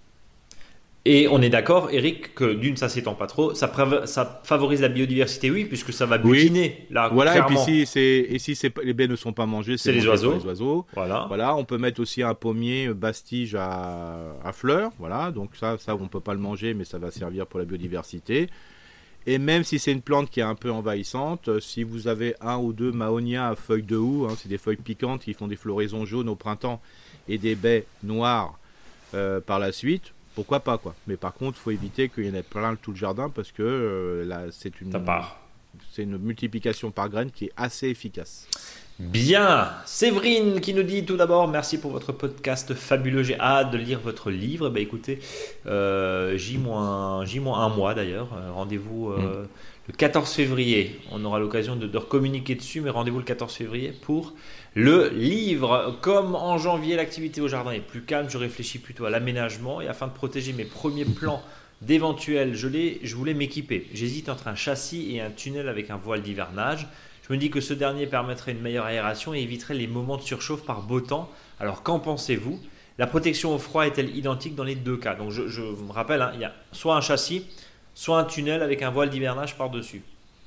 Et on est d'accord, Eric, que d'une, ça s'étend pas trop, ça, prév- ça favorise la biodiversité, oui, puisque ça va Oui. butiner, là, Voilà, et puis clairement. si, c'est, et si c'est, pas- les baies ne sont pas mangées, C'est les mangé par oiseaux. les oiseaux. Voilà. Voilà, on peut mettre aussi un pommier euh, bastige à, à fleurs. Voilà, donc ça, ça, on peut pas le manger, mais ça va servir pour la biodiversité. Et même si c'est une plante qui est un peu envahissante, euh, si vous avez un ou deux mahonias à feuilles de houx, hein, c'est des feuilles piquantes qui font des floraisons jaunes au printemps et des baies noires euh, par la suite, pourquoi pas, quoi. Mais par contre, il faut éviter qu'il y en ait plein tout le jardin parce que euh, là, c'est une, Ta part. c'est une multiplication par graine qui est assez efficace. Bien, Séverine qui nous dit tout d'abord merci pour votre podcast fabuleux, j'ai hâte de lire votre livre. Bah écoutez, euh, J moins J moins un mois d'ailleurs, Euh, rendez-vous euh, le quatorze février, on aura l'occasion de, de recommuniquer dessus, mais rendez-vous le quatorze février pour le livre. Comme en janvier l'activité au jardin est plus calme, je réfléchis plutôt à l'aménagement et afin de protéger mes premiers plans d'éventuels gelées, je voulais m'équiper. J'hésite entre un châssis et un tunnel avec un voile d'hivernage. Je me dis que ce dernier permettrait une meilleure aération et éviterait les moments de surchauffe par beau temps. Alors qu'en pensez-vous? La protection au froid est-elle identique dans les deux cas? Donc je, je me rappelle, hein, il y a soit un châssis, soit un tunnel avec un voile d'hivernage par-dessus.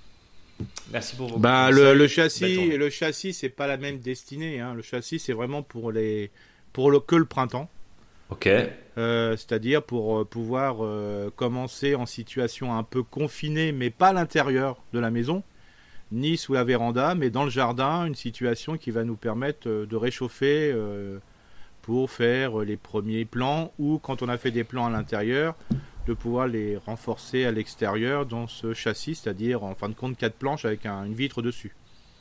Merci pour vos Bah, conseils. le, le Belle châssis, journée. le châssis, c'est pas la même destinée, hein. Le châssis, c'est vraiment pour les, pour le que le printemps. Ok. Euh, c'est-à-dire pour euh, pouvoir euh, commencer en situation un peu confinée, mais pas à l'intérieur de la maison, ni sous la véranda, mais dans le jardin, une situation qui va nous permettre euh, de réchauffer euh, pour faire les premiers plans, ou quand on a fait des plans à l'intérieur, de pouvoir les renforcer à l'extérieur dans ce châssis, c'est-à-dire en fin de compte quatre planches avec un- une vitre dessus.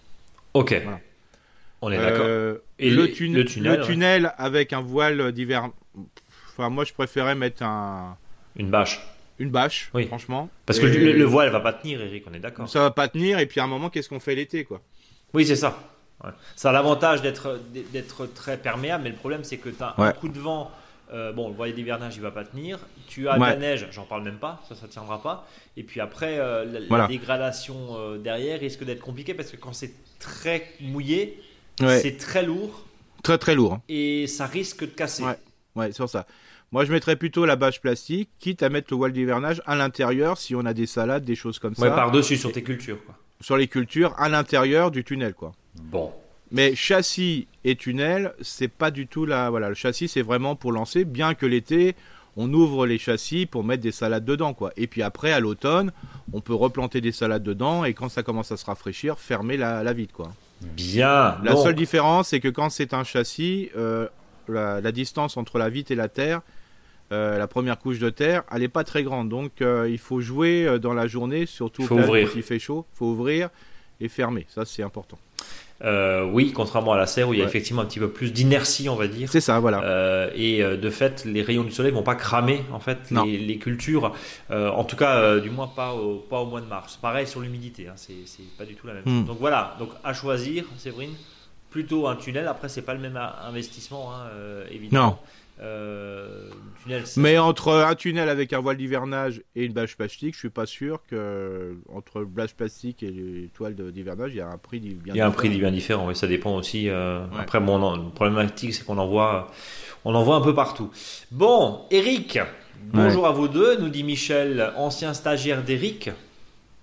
Ok. Voilà. On est d'accord. Euh, Et le, les- tun- le tunnel, le tunnel avec un voile d'hiver. Enfin, moi, je préférais mettre un, Une bâche. une bâche, Oui. franchement. Parce que Et le, le voile va pas tenir, Eric, on est d'accord. ça va pas tenir. Et puis à un moment, qu'est-ce qu'on fait l'été, quoi? Oui, c'est ça. Ouais. Ça a l'avantage d'être d'être très perméable, mais le problème, c'est que tu as un Ouais. coup de vent. Euh, bon, le voile d'hivernage, il va pas tenir. Tu as de Ouais. la neige, j'en parle même pas, ça, ça tiendra pas. Et puis après, euh, la, la Voilà. dégradation euh, derrière risque d'être compliquée parce que quand c'est très mouillé, Ouais. c'est très lourd Très très lourd, hein. et ça risque de casser. Ouais. Ouais, c'est sur ça. Moi, je mettrais plutôt la bâche plastique, quitte à mettre le voile d'hivernage à l'intérieur si on a des salades, des choses comme Ouais, ça, par-dessus sur tes cultures, quoi. sur les cultures à l'intérieur du tunnel, quoi. Bon. Mais châssis et tunnel, c'est pas du tout la. Voilà, le châssis, c'est vraiment pour lancer, bien que l'été, on ouvre les châssis pour mettre des salades dedans, quoi. Et puis après, à l'automne, on peut replanter des salades dedans et quand ça commence à se rafraîchir, fermer la, la vitre, quoi. Bien. La Donc, seule différence, c'est que quand c'est un châssis, euh, la, la distance entre la vitre et la terre, euh, la première couche de terre, elle n'est pas très grande. Donc, euh, il faut jouer euh, dans la journée, surtout Faut quand ouvrir. il fait chaud. Il faut ouvrir et fermer. Ça, c'est important. euh, oui, contrairement à la serre où il y a Ouais. effectivement un petit peu plus d'inertie, on va dire. C'est ça, voilà. Euh, et euh, de fait, les rayons du soleil vont pas cramer en fait Non. les, les cultures. Euh, en tout cas, euh, du moins pas au, pas au mois de mars. Pareil sur l'humidité, hein, c'est c'est pas du tout la même Hmm. chose. Donc voilà, donc à choisir, Séverine, plutôt un tunnel. Après, c'est pas le même a- investissement, hein, euh, évidemment. Non. Euh, le tunnel, c'est- Mais entre un tunnel avec un voile d'hivernage et une bâche plastique, je suis pas sûr que entre le bâche plastique et les toiles de- d'hivernage, il y a un prix di- bien il y a un prix différent. bien différent. Oui, ça dépend aussi. euh, Ouais. Après, bon, non, le problématique, c'est qu'on en voit, on en voit un peu partout. Bon, Eric, bonjour à vous deux, nous dit Michel, ancien stagiaire d'Eric.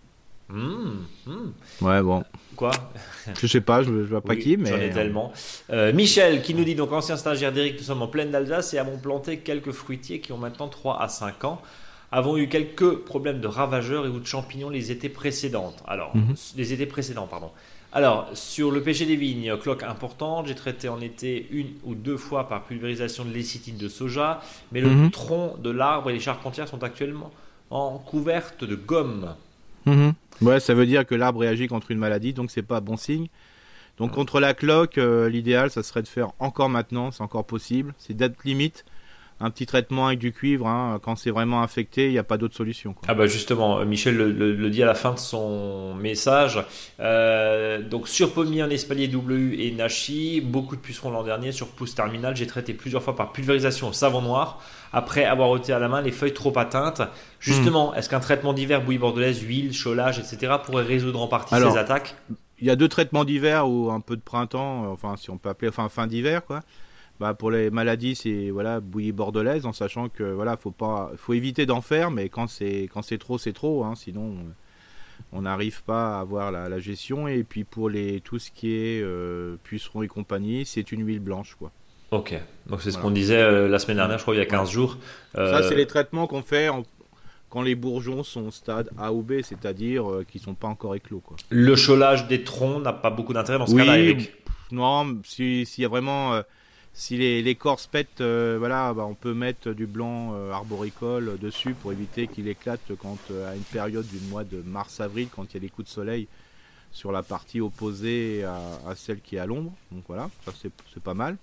Mmh, mmh. Ouais, bon. Quoi? Je sais pas, je, je vois pas Oui, qui, mais. j'en ai tellement. Euh, Michel qui nous dit donc ancien stagiaire d'Eric, nous sommes en plaine d'Alsace et avons planté quelques fruitiers qui ont maintenant trois à cinq ans. Avons eu quelques problèmes de ravageurs et ou de champignons les étés précédents. Alors, Mhm. les étés précédents, pardon. Alors, sur le pêcher des vignes, cloque importante, j'ai traité en été une ou deux fois par pulvérisation de lécithine de soja, mais le Mhm. tronc de l'arbre et les charpentières sont actuellement en couverte de gomme. Mhm. Ouais, ça veut dire que l'arbre réagit contre une maladie, donc c'est pas bon signe. Donc contre la cloque, euh, l'idéal, ça serait de faire encore maintenant, c'est encore possible. C'est date limite, un petit traitement avec du cuivre. Hein, quand c'est vraiment infecté, il n'y a pas d'autre solution, quoi. Ah bah justement, Michel le, le- le dit à la fin de son message. Euh, donc sur pommier en espalier W U et Nashi, beaucoup de pucerons l'an dernier sur pousse terminale. J'ai traité plusieurs fois par pulvérisation au savon noir après avoir ôté à la main les feuilles trop atteintes. Justement, est-ce qu'un traitement d'hiver, bouillie bordelaise, huile, cholage, et cetera pourrait résoudre en partie Alors, ces attaques? Il y a deux traitements d'hiver ou un peu de printemps, euh, enfin si on peut appeler, enfin fin d'hiver, quoi. Bah, pour les maladies, c'est voilà bouillie bordelaise, en sachant que voilà, faut pas, faut éviter d'en faire, mais quand c'est quand c'est trop, c'est trop, hein, sinon on n'arrive pas à avoir la, la gestion. Et puis pour les tout ce qui est euh, pucerons et compagnie, c'est une huile blanche, quoi. Ok, donc c'est ce Voilà. qu'on disait euh, la semaine dernière, je crois il y a quinze jours. Euh, Ça, c'est les traitements qu'on fait en- quand les bourgeons sont au stade A ou B, c'est-à-dire euh, qu'ils sont pas encore éclos, quoi. Le cholage des troncs n'a pas beaucoup d'intérêt dans ce cas-là, Eric. Non, si- s'il y a vraiment, euh, si les, les corps pètent, euh, voilà, bah, on peut mettre du blanc euh, arboricole dessus pour éviter qu'il éclate quand euh, à une période du mois de mars-avril, quand il y a des coups de soleil sur la partie opposée à, à celle qui est à l'ombre. Donc voilà, ça c'est c'est pas mal.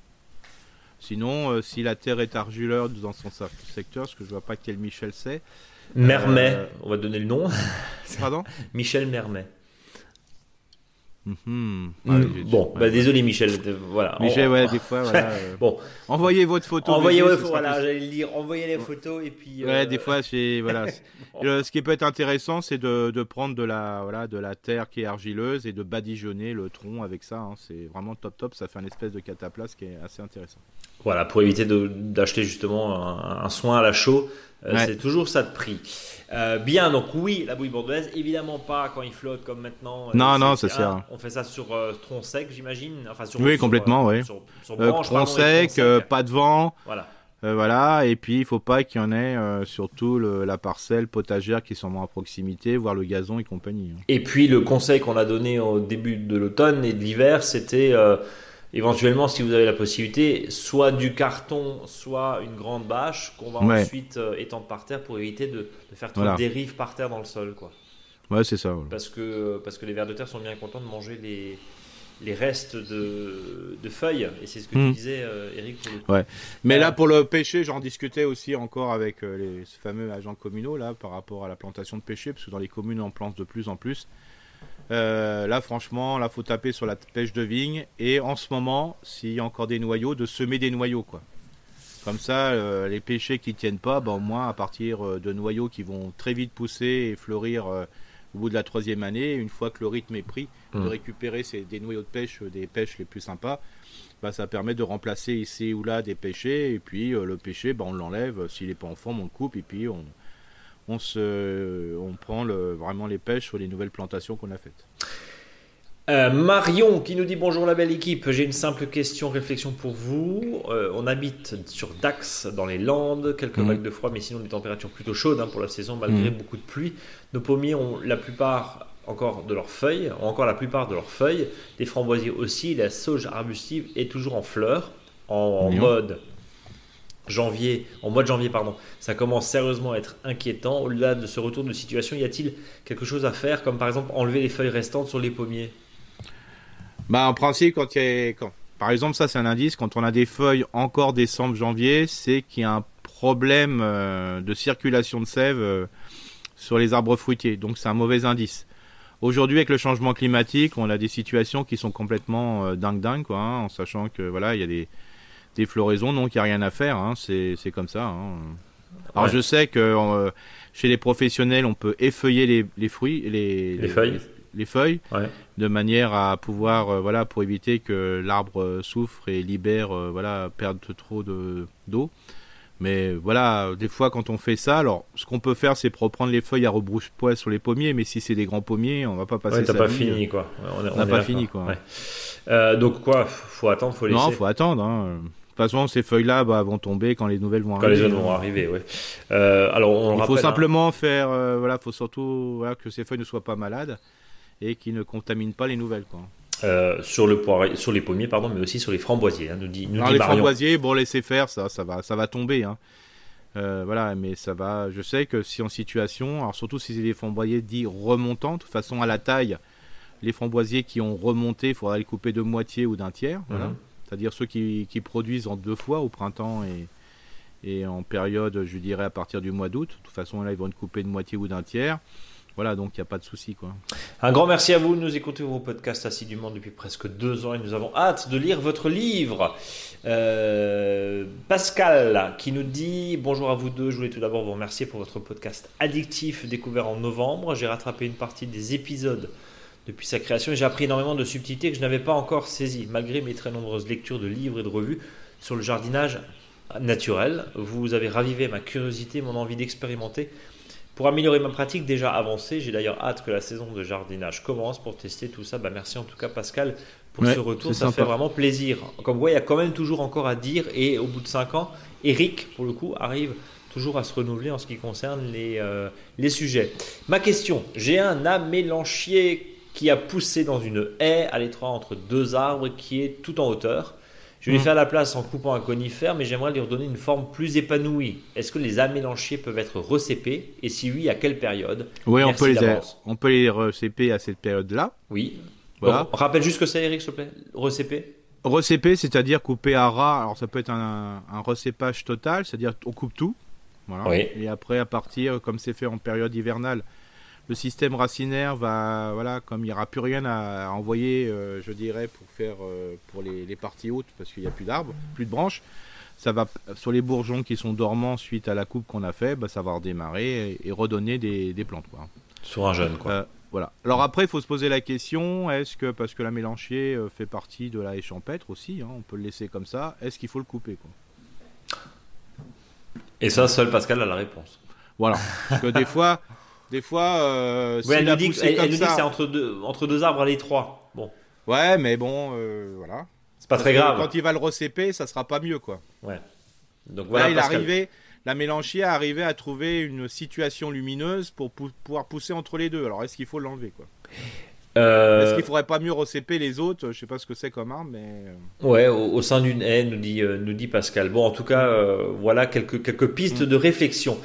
Sinon, euh, si la terre est argileuse dans son sa- secteur, ce que je vois pas quel Michel c'est. Mermet, Euh, on va donner le nom. Pardon. Michel Mermet. Mhm. Mm, Ouais, j'ai- bon, ouais, bah ouais. désolé Michel. euh, Voilà. Michel, On- ouais, des fois, voilà. euh, Bon, Envoyez votre photo. envoyez dessus, les ce photos. sera Voilà, plus- j'allais le dire. Envoyez les photos et puis. Ouais, euh, des fois, c'est voilà. c'est- Euh, ce qui peut être intéressant, c'est de, de prendre de la voilà de la terre qui est argileuse et de badigeonner le tronc avec ça. Hein. C'est vraiment top top. Ça fait un espèce de cataplasme qui est assez intéressant. Voilà, pour éviter de- d'acheter justement un, un soin à la chaux. Euh, Ouais. C'est toujours ça de prix. Euh, bien, donc oui, la bouillie bordelaise, évidemment pas quand il flotte comme maintenant. Non, euh, non, c'est- ça sert. hein, On fait ça sur euh, tronc sec, j'imagine. Enfin, sur, Oui, sur, complètement, euh, oui. Sur, sur Euh, branche, tronc pardon, et sec, tronc euh, sec. pas de vent, Voilà. euh, voilà. Et puis il faut pas qu'il y en ait euh, surtout le- la parcelle potagère qui est sûrement à proximité, voire le gazon et compagnie. Hein. Et puis le conseil qu'on a donné au début de l'automne et de l'hiver, c'était euh, éventuellement, si vous avez la possibilité, soit du carton, soit une grande bâche qu'on va Ouais. ensuite euh, étendre par terre pour éviter de, de faire trop Voilà. de dérive par terre dans le sol, quoi. Ouais, c'est ça. Voilà. Parce que, parce que les vers de terre sont bien contents de manger les, les restes de, de feuilles. Et c'est ce que Mm. tu disais, euh, Eric, pour le coup. Ouais. Mais Euh, là, pour le pêcher, j'en discutais aussi encore avec euh, les ce fameux agents communaux là, par rapport à la plantation de pêcher, parce que dans les communes, on plante de plus en plus. Euh, là, franchement, là, faut taper sur la pêche de vigne. Et en ce moment, s'il y a encore des noyaux, de semer des noyaux, quoi. Comme ça, euh, les pêchers qui tiennent pas, bah, au moins à partir euh, de noyaux qui vont très vite pousser et fleurir euh, au bout de la troisième année, une fois que le rythme est pris, Mm. de récupérer ces, des noyaux de pêche, euh, des pêches les plus sympas. Bah, ça permet de remplacer ici ou là des pêchers. Et puis euh, le pêcher, bah, on l'enlève. S'il n'est pas en forme, on le coupe. Et puis on, on, se, on prend le, vraiment les pêches sur les nouvelles plantations qu'on a faites. Euh, Marion qui nous dit bonjour la belle équipe, j'ai une simple question, réflexion pour vous. Euh, on habite sur Dax dans les Landes, quelques Mhm. vagues de froid, mais sinon des températures plutôt chaudes hein, pour la saison malgré Mhm. beaucoup de pluie. Nos pommiers ont la plupart encore de leurs feuilles, ont encore la plupart de leurs feuilles. Les framboisiers aussi, la sauge arbustive est toujours en fleurs, en, en Mignon. mode janvier, en mois de janvier pardon. Ça commence sérieusement à être inquiétant. Au-delà de ce retour de situation, y a-t-il quelque chose à faire, comme par exemple enlever les feuilles restantes sur les pommiers? Bah, en principe, quand il y a, quand, par exemple, ça c'est un indice, quand on a des feuilles encore décembre, janvier, c'est qu'il y a un problème euh, de circulation de sève euh, sur les arbres fruitiers. Donc c'est un mauvais indice. Aujourd'hui, avec le changement climatique, on a des situations qui sont complètement euh, dingue dingue, quoi, hein, en sachant que voilà, il y a des, des floraisons, donc il n'y a rien à faire. Hein, c'est, c'est comme ça. Hein. Alors Ouais. je sais que euh, chez les professionnels, on peut effeuiller les, les fruits, les, Les feuilles. les feuilles, Ouais. de manière à pouvoir, euh, voilà, pour éviter que l'arbre euh, souffre et libère, euh, voilà, perde trop de, d'eau. Mais voilà, des fois quand on fait ça, alors ce qu'on peut faire c'est reprendre les feuilles à rebrousse-poil sur les pommiers, mais si c'est des grands pommiers, on va pas passer ouais, t'as sa pas vie, fini quoi. Ouais, on on n'a pas fini quoi. Ouais. Euh, donc quoi, faut attendre, faut laisser. Non, faut attendre. Hein. De toute façon, ces feuilles-là bah, vont tomber quand les nouvelles vont quand arriver. Quand les autres vont arriver, oui. Euh, alors on Il le faut rappelle, simplement hein. faire, euh, voilà, faut surtout voilà, que ces feuilles ne soient pas malades et qu'ils ne contaminent pas les nouvelles quoi. Euh, sur le poirier, sur les pommiers pardon, mais aussi sur les framboisiers. Hein, nous dit, nous Alors dit les Marion. framboisiers, bon, laissez faire, ça, ça va, ça va tomber. Hein. Euh, voilà, mais ça va. Je sais que si en situation, alors surtout si c'est des framboisiers dits remontants, de toute façon à la taille, les framboisiers qui ont remonté, il faudra les couper de moitié ou d'un tiers. Voilà. Mm-hmm. C'est-à-dire ceux qui, qui produisent en deux fois au printemps et, et en période, je dirais à partir du mois d'août. De toute façon là, ils vont être coupés de moitié ou d'un tiers. Voilà, donc il n'y a pas de souci quoi. Un grand merci à vous de nous écouter vos podcasts assidûment depuis presque deux ans et nous avons hâte de lire votre livre. Euh, Pascal qui nous dit bonjour à vous deux, je voulais tout d'abord vous remercier pour votre podcast addictif découvert en novembre. J'ai rattrapé une partie des épisodes depuis sa création et j'ai appris énormément de subtilités que je n'avais pas encore saisies malgré mes très nombreuses lectures de livres et de revues sur le jardinage naturel. Vous avez ravivé ma curiosité, mon envie d'expérimenter. Pour améliorer ma pratique déjà avancée, j'ai d'ailleurs hâte que la saison de jardinage commence pour tester tout ça. Bah, merci en tout cas Pascal pour ouais, ce retour, ça sympa. fait vraiment plaisir. Comme vous voyez, il y a quand même toujours encore à dire et au bout de cinq ans, Eric pour le coup arrive toujours à se renouveler en ce qui concerne les, euh, les sujets. Ma question, j'ai un amélanchier qui a poussé dans une haie à l'étroit entre deux arbres qui est tout en hauteur. Je vais lui faire la place en coupant un conifère, mais j'aimerais lui redonner une forme plus épanouie. Est-ce que les amélanchiers peuvent être recépés? Et si oui, à quelle période? Oui, on Merci peut, les, d'avance. on peut les recéper à cette période-là. Oui. Voilà. Bon, rappelle juste ce que c'est, Eric, s'il te plaît. Recéper. Recéper, c'est-à-dire couper à ras. Alors ça peut être un, un recépage total, c'est-à-dire on coupe tout. Voilà. Oui. Et après, à partir, comme c'est fait en période hivernale, le système racinaire va, voilà, comme il n'y aura plus rien à, à envoyer, euh, je dirais, pour faire euh, pour les, les parties hautes, parce qu'il n'y a plus d'arbres, plus de branches, ça va sur les bourgeons qui sont dormants suite à la coupe qu'on a fait, bah, ça va redémarrer et, et redonner des, des plantes, quoi. Sur un jeune, quoi. Euh, voilà. Alors après, il faut se poser la question, est-ce que, parce que la mélanchier euh, fait partie de la haie champêtre aussi, hein, on peut le laisser comme ça, est-ce qu'il faut le couper, quoi? Et ça, seul Pascal a la réponse. Voilà. Parce que des fois, des fois, euh, ouais, elle a nous dit, poussé elle, comme elle nous dit ça, que c'est entre deux, entre deux arbres à l'étroit. Bon. ouais, mais bon, euh, voilà. C'est pas Parce très que grave. Quand il va le recéper, ça sera pas mieux, quoi. Ouais. Donc voilà, Là, il Pascal. arrivait, la mélanchier a arrivé à trouver une situation lumineuse pour pou- pouvoir pousser entre les deux. Alors, est-ce qu'il faut l'enlever, quoi? Euh... Est-ce qu'il faudrait pas mieux recéper les autres? Je sais pas ce que c'est comme arme, mais Ouais, au, au sein d'une haie, nous dit, euh, nous dit Pascal. Bon, en tout cas, euh, voilà quelques, quelques pistes Mm. de réflexion.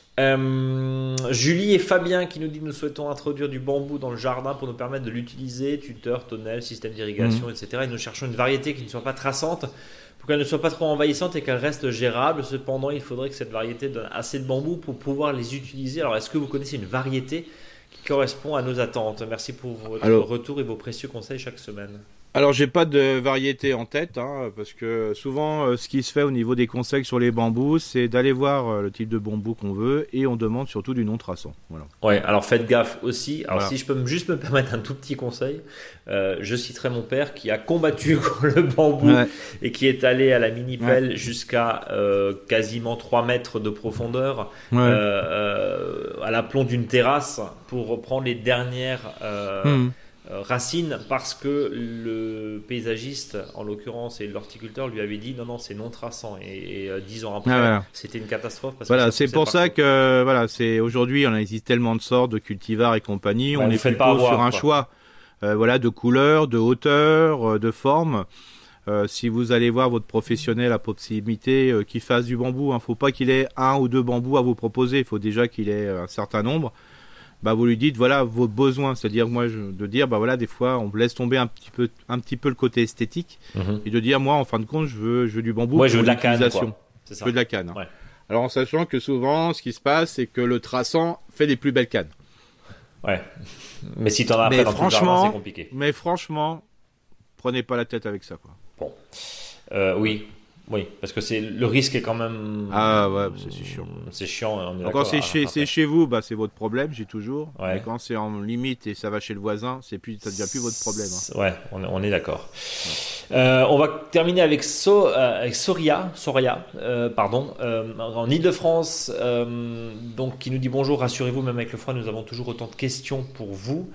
Euh, Julie et Fabien qui nous dit nous souhaitons introduire du bambou dans le jardin pour nous permettre de l'utiliser, tuteur, tonnelle, système d'irrigation, Mm. et cetera. Et nous cherchons une variété qui ne soit pas traçante pour qu'elle ne soit pas trop envahissante et qu'elle reste gérable. Cependant, il faudrait que cette variété donne assez de bambou pour pouvoir les utiliser. Alors, est-ce que vous connaissez une variété qui correspond à nos attentes? Merci pour votre Alors, retour et vos précieux conseils chaque semaine. alors j'ai pas de variété en tête, hein, parce que souvent euh, ce qui se fait au niveau des conseils sur les bambous, c'est d'aller voir euh, le type de bambou qu'on veut et on demande surtout du non traçant. Voilà. Ouais, alors faites gaffe aussi. Alors Voilà. si je peux me- juste me permettre un tout petit conseil, euh, je citerai mon père qui a combattu le bambou Ouais. et qui est allé à la mini-pelle jusqu'à euh, quasiment trois mètres de profondeur Ouais. euh, euh, à l'aplomb d'une terrasse pour reprendre les dernières euh, Mmh. euh, racines parce que le paysagiste en l'occurrence et l'horticulteur lui avait dit non non c'est non traçant et, et euh, dix ans après Ah, voilà. c'était une catastrophe parce Voilà, que c'est poussait pour ça partout. que voilà, c'est aujourd'hui on existe tellement de sortes de cultivars et compagnie, Ouais, on vous est faites plutôt pas avoir, sur un quoi. choix, euh, voilà, de couleur, de hauteur, euh, de forme. Euh, si vous allez voir votre professionnel à proximité euh, qui fasse du bambou, hein, faut pas qu'il ait un ou deux bambous à vous proposer, il faut déjà qu'il ait un certain nombre. Bah vous lui dites voilà vos besoins, c'est-à-dire moi je, de dire bah voilà des fois on laisse tomber un petit peu un petit peu le côté esthétique Mhm. et de dire moi en fin de compte je veux je veux du bambou Ouais, je pour veux de la canne, l'utilisation. quoi. C'est Je ça. veux de la canne. hein. Ouais. Alors en sachant que souvent ce qui se passe c'est que le traçant fait des plus belles cannes. Ouais. Mais si t'en as Mais après dans tout le jardin, franchement- c'est compliqué. Mais franchement, prenez pas la tête avec ça quoi. Bon. Euh, oui. Oui, parce que c'est le risque est quand même. Ah ouais, c'est, c'est chiant. C'est chiant. On est Donc, d'accord, quand c'est à chez, rattraper. c'est chez vous, bah, c'est votre problème, j'ai toujours. Ouais. Mais quand c'est en limite et ça va chez le voisin, c'est plus, ça devient plus votre problème. hein. Ouais, on est, on est d'accord. Euh, on va terminer avec, so, euh, avec Soria, Soria euh, pardon, euh, en Ile-de-France, euh, donc qui nous dit bonjour, rassurez-vous, même avec le froid, nous avons toujours autant de questions pour vous.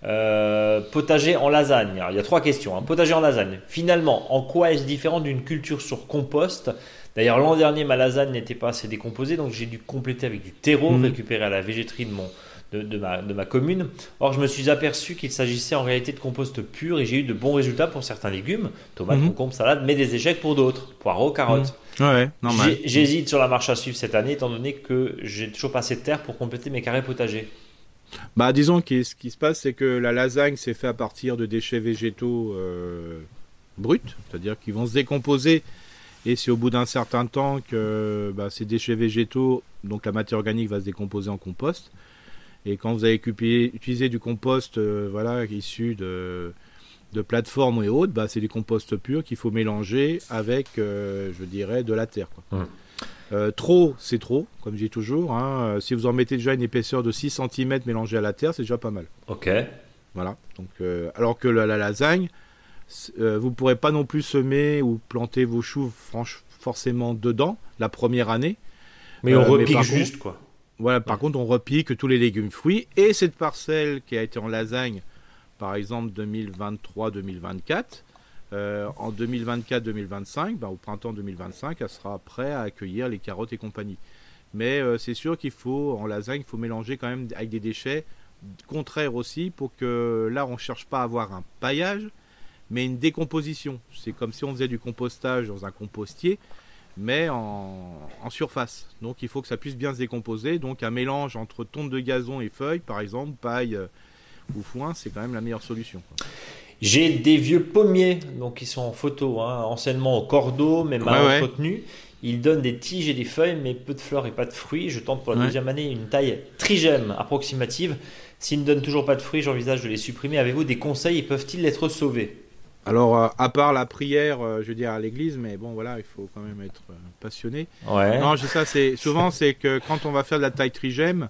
Euh, potager en lasagne. Alors, il y a trois questions. Hein. Potager en lasagne. Finalement, en quoi est-ce différent d'une culture sur compost ? D'ailleurs, l'an dernier, ma lasagne n'était pas assez décomposée, donc j'ai dû compléter avec du terreau Mmh. récupéré à la végéterie de mon de, de, ma, de ma commune. Or, je me suis aperçu qu'il s'agissait en réalité de compost pur et j'ai eu de bons résultats pour certains légumes, tomates, Mhm. concombres, salades, mais des échecs pour d'autres, poireaux, carottes. Ouais, ouais, normal. J'ai- J'hésite sur la marche à suivre cette année, étant donné que j'ai toujours pas assez de terre pour compléter mes carrés potagers. Bah, disons que ce qui se passe, c'est que la lasagne, c'est fait à partir de déchets végétaux euh, bruts, c'est-à-dire qu'ils vont se décomposer. Et c'est au bout d'un certain temps que bah, ces déchets végétaux, donc la matière organique va se décomposer en compost. Et quand vous avez occupé- utilisé du compost euh, voilà, issu de, de plateformes et autres, bah, c'est du compost pur qu'il faut mélanger avec, euh, je dirais, de la terre. Quoi. Mmh. Euh, trop, c'est trop, comme je dis toujours. Hein. Euh, Si vous en mettez déjà une épaisseur de six centimètres mélangée à la terre, c'est déjà pas mal. Ok. Voilà. Donc, euh, alors que la, la lasagne, c- euh, vous ne pourrez pas non plus semer ou planter vos choux franch- forcément dedans la première année. Mais on Euh, mais repique par juste, quoi. Voilà, par Ouais. contre, on repique tous les légumes fruits. Et cette parcelle qui a été en lasagne, par exemple deux mille vingt-trois deux mille vingt-quatre, euh, en deux mille vingt-quatre deux mille vingt-cinq, ben, au printemps deux mille vingt-cinq, elle sera prête à accueillir les carottes et compagnie. Mais euh, c'est sûr qu'il faut, en lasagne, il faut mélanger quand même avec des déchets contraires aussi, pour que là, on ne cherche pas à avoir un paillage, mais une décomposition. C'est comme si on faisait du compostage dans un compostier, mais en, en surface. Donc il faut que ça puisse bien se décomposer. Donc un mélange entre tonte de gazon et feuilles, par exemple, paille euh, ou foin, c'est quand même la meilleure solution. quoi. J'ai des vieux pommiers, donc qui sont en photo, hein, anciennement au cordeau, mais mal Ouais, ouais. entretenus. Ils donnent des tiges et des feuilles, mais peu de fleurs et pas de fruits. Je tente pour la Ouais. deuxième année une taille trigème approximative. S'ils ne donnent toujours pas de fruits, j'envisage de les supprimer. Avez-vous des conseils et peuvent-ils être sauvés ? Alors, euh, à part la prière, euh, je veux dire, à l'église, mais bon, voilà, il faut quand même être euh, passionné. Ouais. Non, je- ça, c'est souvent, c'est que quand on va faire de la taille trigème,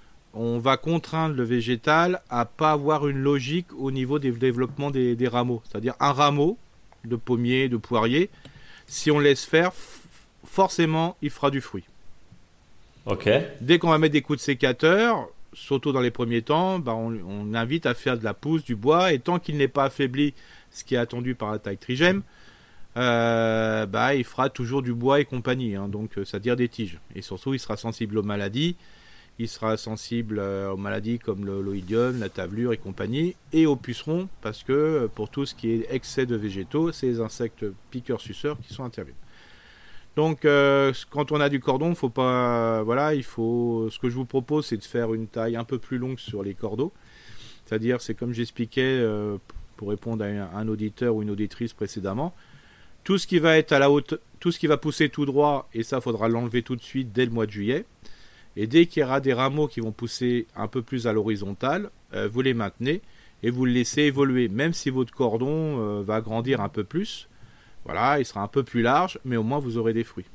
on va contraindre le végétal à pas avoir une logique au niveau des développements des, des rameaux. C'est-à-dire un rameau de pommier, de poirier, si on laisse faire, f- forcément, il fera du fruit. Ok. Dès qu'on va mettre des coups de sécateur, surtout dans les premiers temps, bah, on, on invite à faire de la pousse, du bois, et tant qu'il n'est pas affaibli, ce qui est attendu par la taille trigème, euh, bah, il fera toujours du bois et compagnie, hein, donc euh, c'est-à-dire des tiges. Et surtout, il sera sensible aux maladies, il sera sensible euh, aux maladies comme le- l'oïdium, la tavelure et compagnie, et aux pucerons, parce que euh, pour tout ce qui est excès de végétaux, c'est les insectes piqueurs-suceurs qui sont intervenus. Donc, euh, quand on a du cordon, faut pas, voilà, il faut. Ce que je vous propose, c'est de faire une taille un peu plus longue sur les cordeaux. C'est-à-dire, c'est comme j'expliquais euh, pour répondre à un, un auditeur ou une auditrice précédemment. Tout ce qui va être à la haute, tout ce qui va pousser tout droit, et ça, faudra l'enlever tout de suite dès le mois de juillet. Et dès qu'il y aura des rameaux qui vont pousser un peu plus à l'horizontale, euh, vous les maintenez et vous le laissez évoluer. Même si votre cordon euh, va grandir un peu plus, voilà, il sera un peu plus large, mais au moins vous aurez des fruits.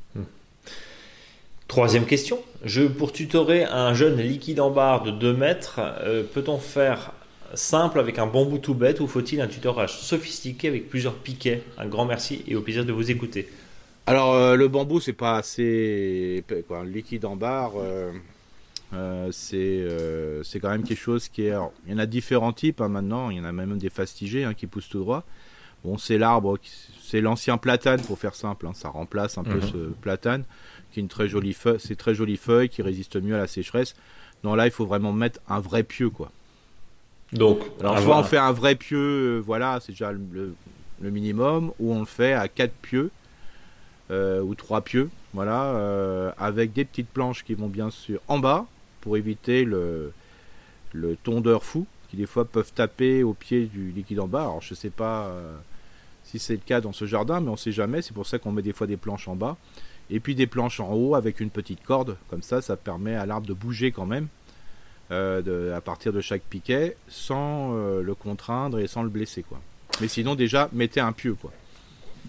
Troisième question. Je, pour tutorer un jeune liquide en barre de deux mètres, euh, peut-on faire simple avec un bambou tout bête ou faut-il un tutorage sophistiqué avec plusieurs piquets ? Un grand merci et au plaisir de vous écouter. Alors euh, le bambou c'est pas assez quoi, le liquide en barre euh, euh, c'est euh, c'est quand même quelque chose qui est alors, il y en a différents types hein, maintenant, il y en a même des fastigés hein, qui poussent tout droit. Bon, c'est l'arbre qui- c'est l'ancien platane pour faire simple hein, ça remplace un peu Mhm. ce platane qui est une très jolie feuille, c'est très jolie feuille qui résiste mieux à la sécheresse. Non, là il faut vraiment mettre un vrai pieu quoi. Donc, Alors un- soit on fait un vrai pieu, euh, voilà, c'est déjà le, le- le minimum, ou on le fait à quatre pieux euh, ou trois pieux, voilà, euh, avec des petites planches qui vont bien sûr en bas pour éviter le, le tondeur fou qui des fois peuvent taper au pied du liquide en bas. Alors je sais pas euh, si c'est le cas dans ce jardin, mais on sait jamais. C'est pour ça qu'on met des fois des planches en bas et puis des planches en haut avec une petite corde. Comme ça, ça permet à l'arbre de bouger quand même. Euh, de, à partir de chaque piquet sans euh, le contraindre et sans le blesser quoi. Mais sinon déjà mettez un pieu quoi. Bon,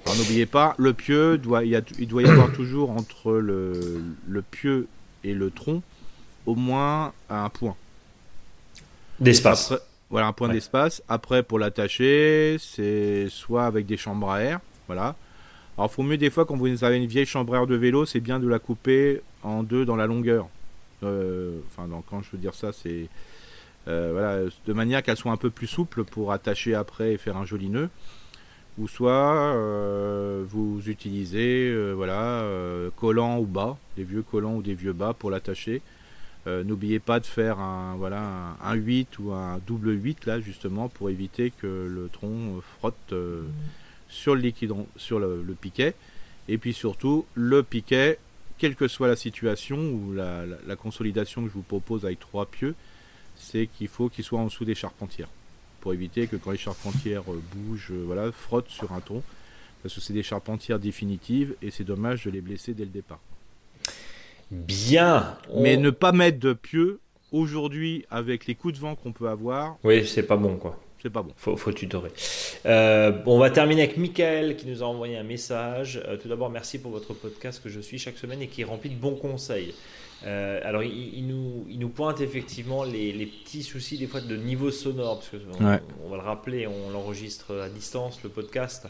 Alors n'oubliez pas, le pieu, doit, il, y a, il doit y avoir toujours entre le, le pieu et le tronc au moins un point. D'espace. Après, voilà, un point Ouais. d'espace. Après, pour l'attacher, c'est soit avec des chambres à air. Voilà. Alors, il faut mieux des fois, quand vous avez une vieille chambre à air de vélo, c'est bien de la couper en deux dans la longueur. Euh, Enfin, donc, quand je veux dire ça, c'est euh, voilà, de manière qu'elle soit un peu plus souple pour attacher après et faire un joli nœud. Ou soit euh, vous utilisez euh, voilà, euh, collant ou bas, des vieux collants ou des vieux bas pour l'attacher. Euh, n'oubliez pas de faire un, voilà, un, un huit ou un double huit là justement pour éviter que le tronc euh, frotte euh, sur le liquide, sur le, le piquet. Et puis surtout le piquet, quelle que soit la situation ou la, la, la consolidation que je vous propose avec trois pieux, c'est qu'il faut qu'il soit en dessous des charpentières pour éviter que quand les charpentières euh, bougent, euh, voilà, frottent sur un tronc parce que c'est des charpentières définitives et c'est dommage de les blesser dès le départ. Bien. On- Mais ne pas mettre de pieux aujourd'hui avec les coups de vent qu'on peut avoir, Oui, c'est pas bon, quoi. c'est pas bon. Faut, faut tutorer. Euh, bon, on va terminer avec Michael qui nous a envoyé un message. Euh, tout d'abord, merci pour votre podcast que je suis chaque semaine et qui est rempli de bons conseils. Euh, alors, il, il nous, il nous pointe effectivement les, les petits soucis des fois de niveau sonore, parce que on, Ouais. on va le rappeler, on l'enregistre à distance le podcast.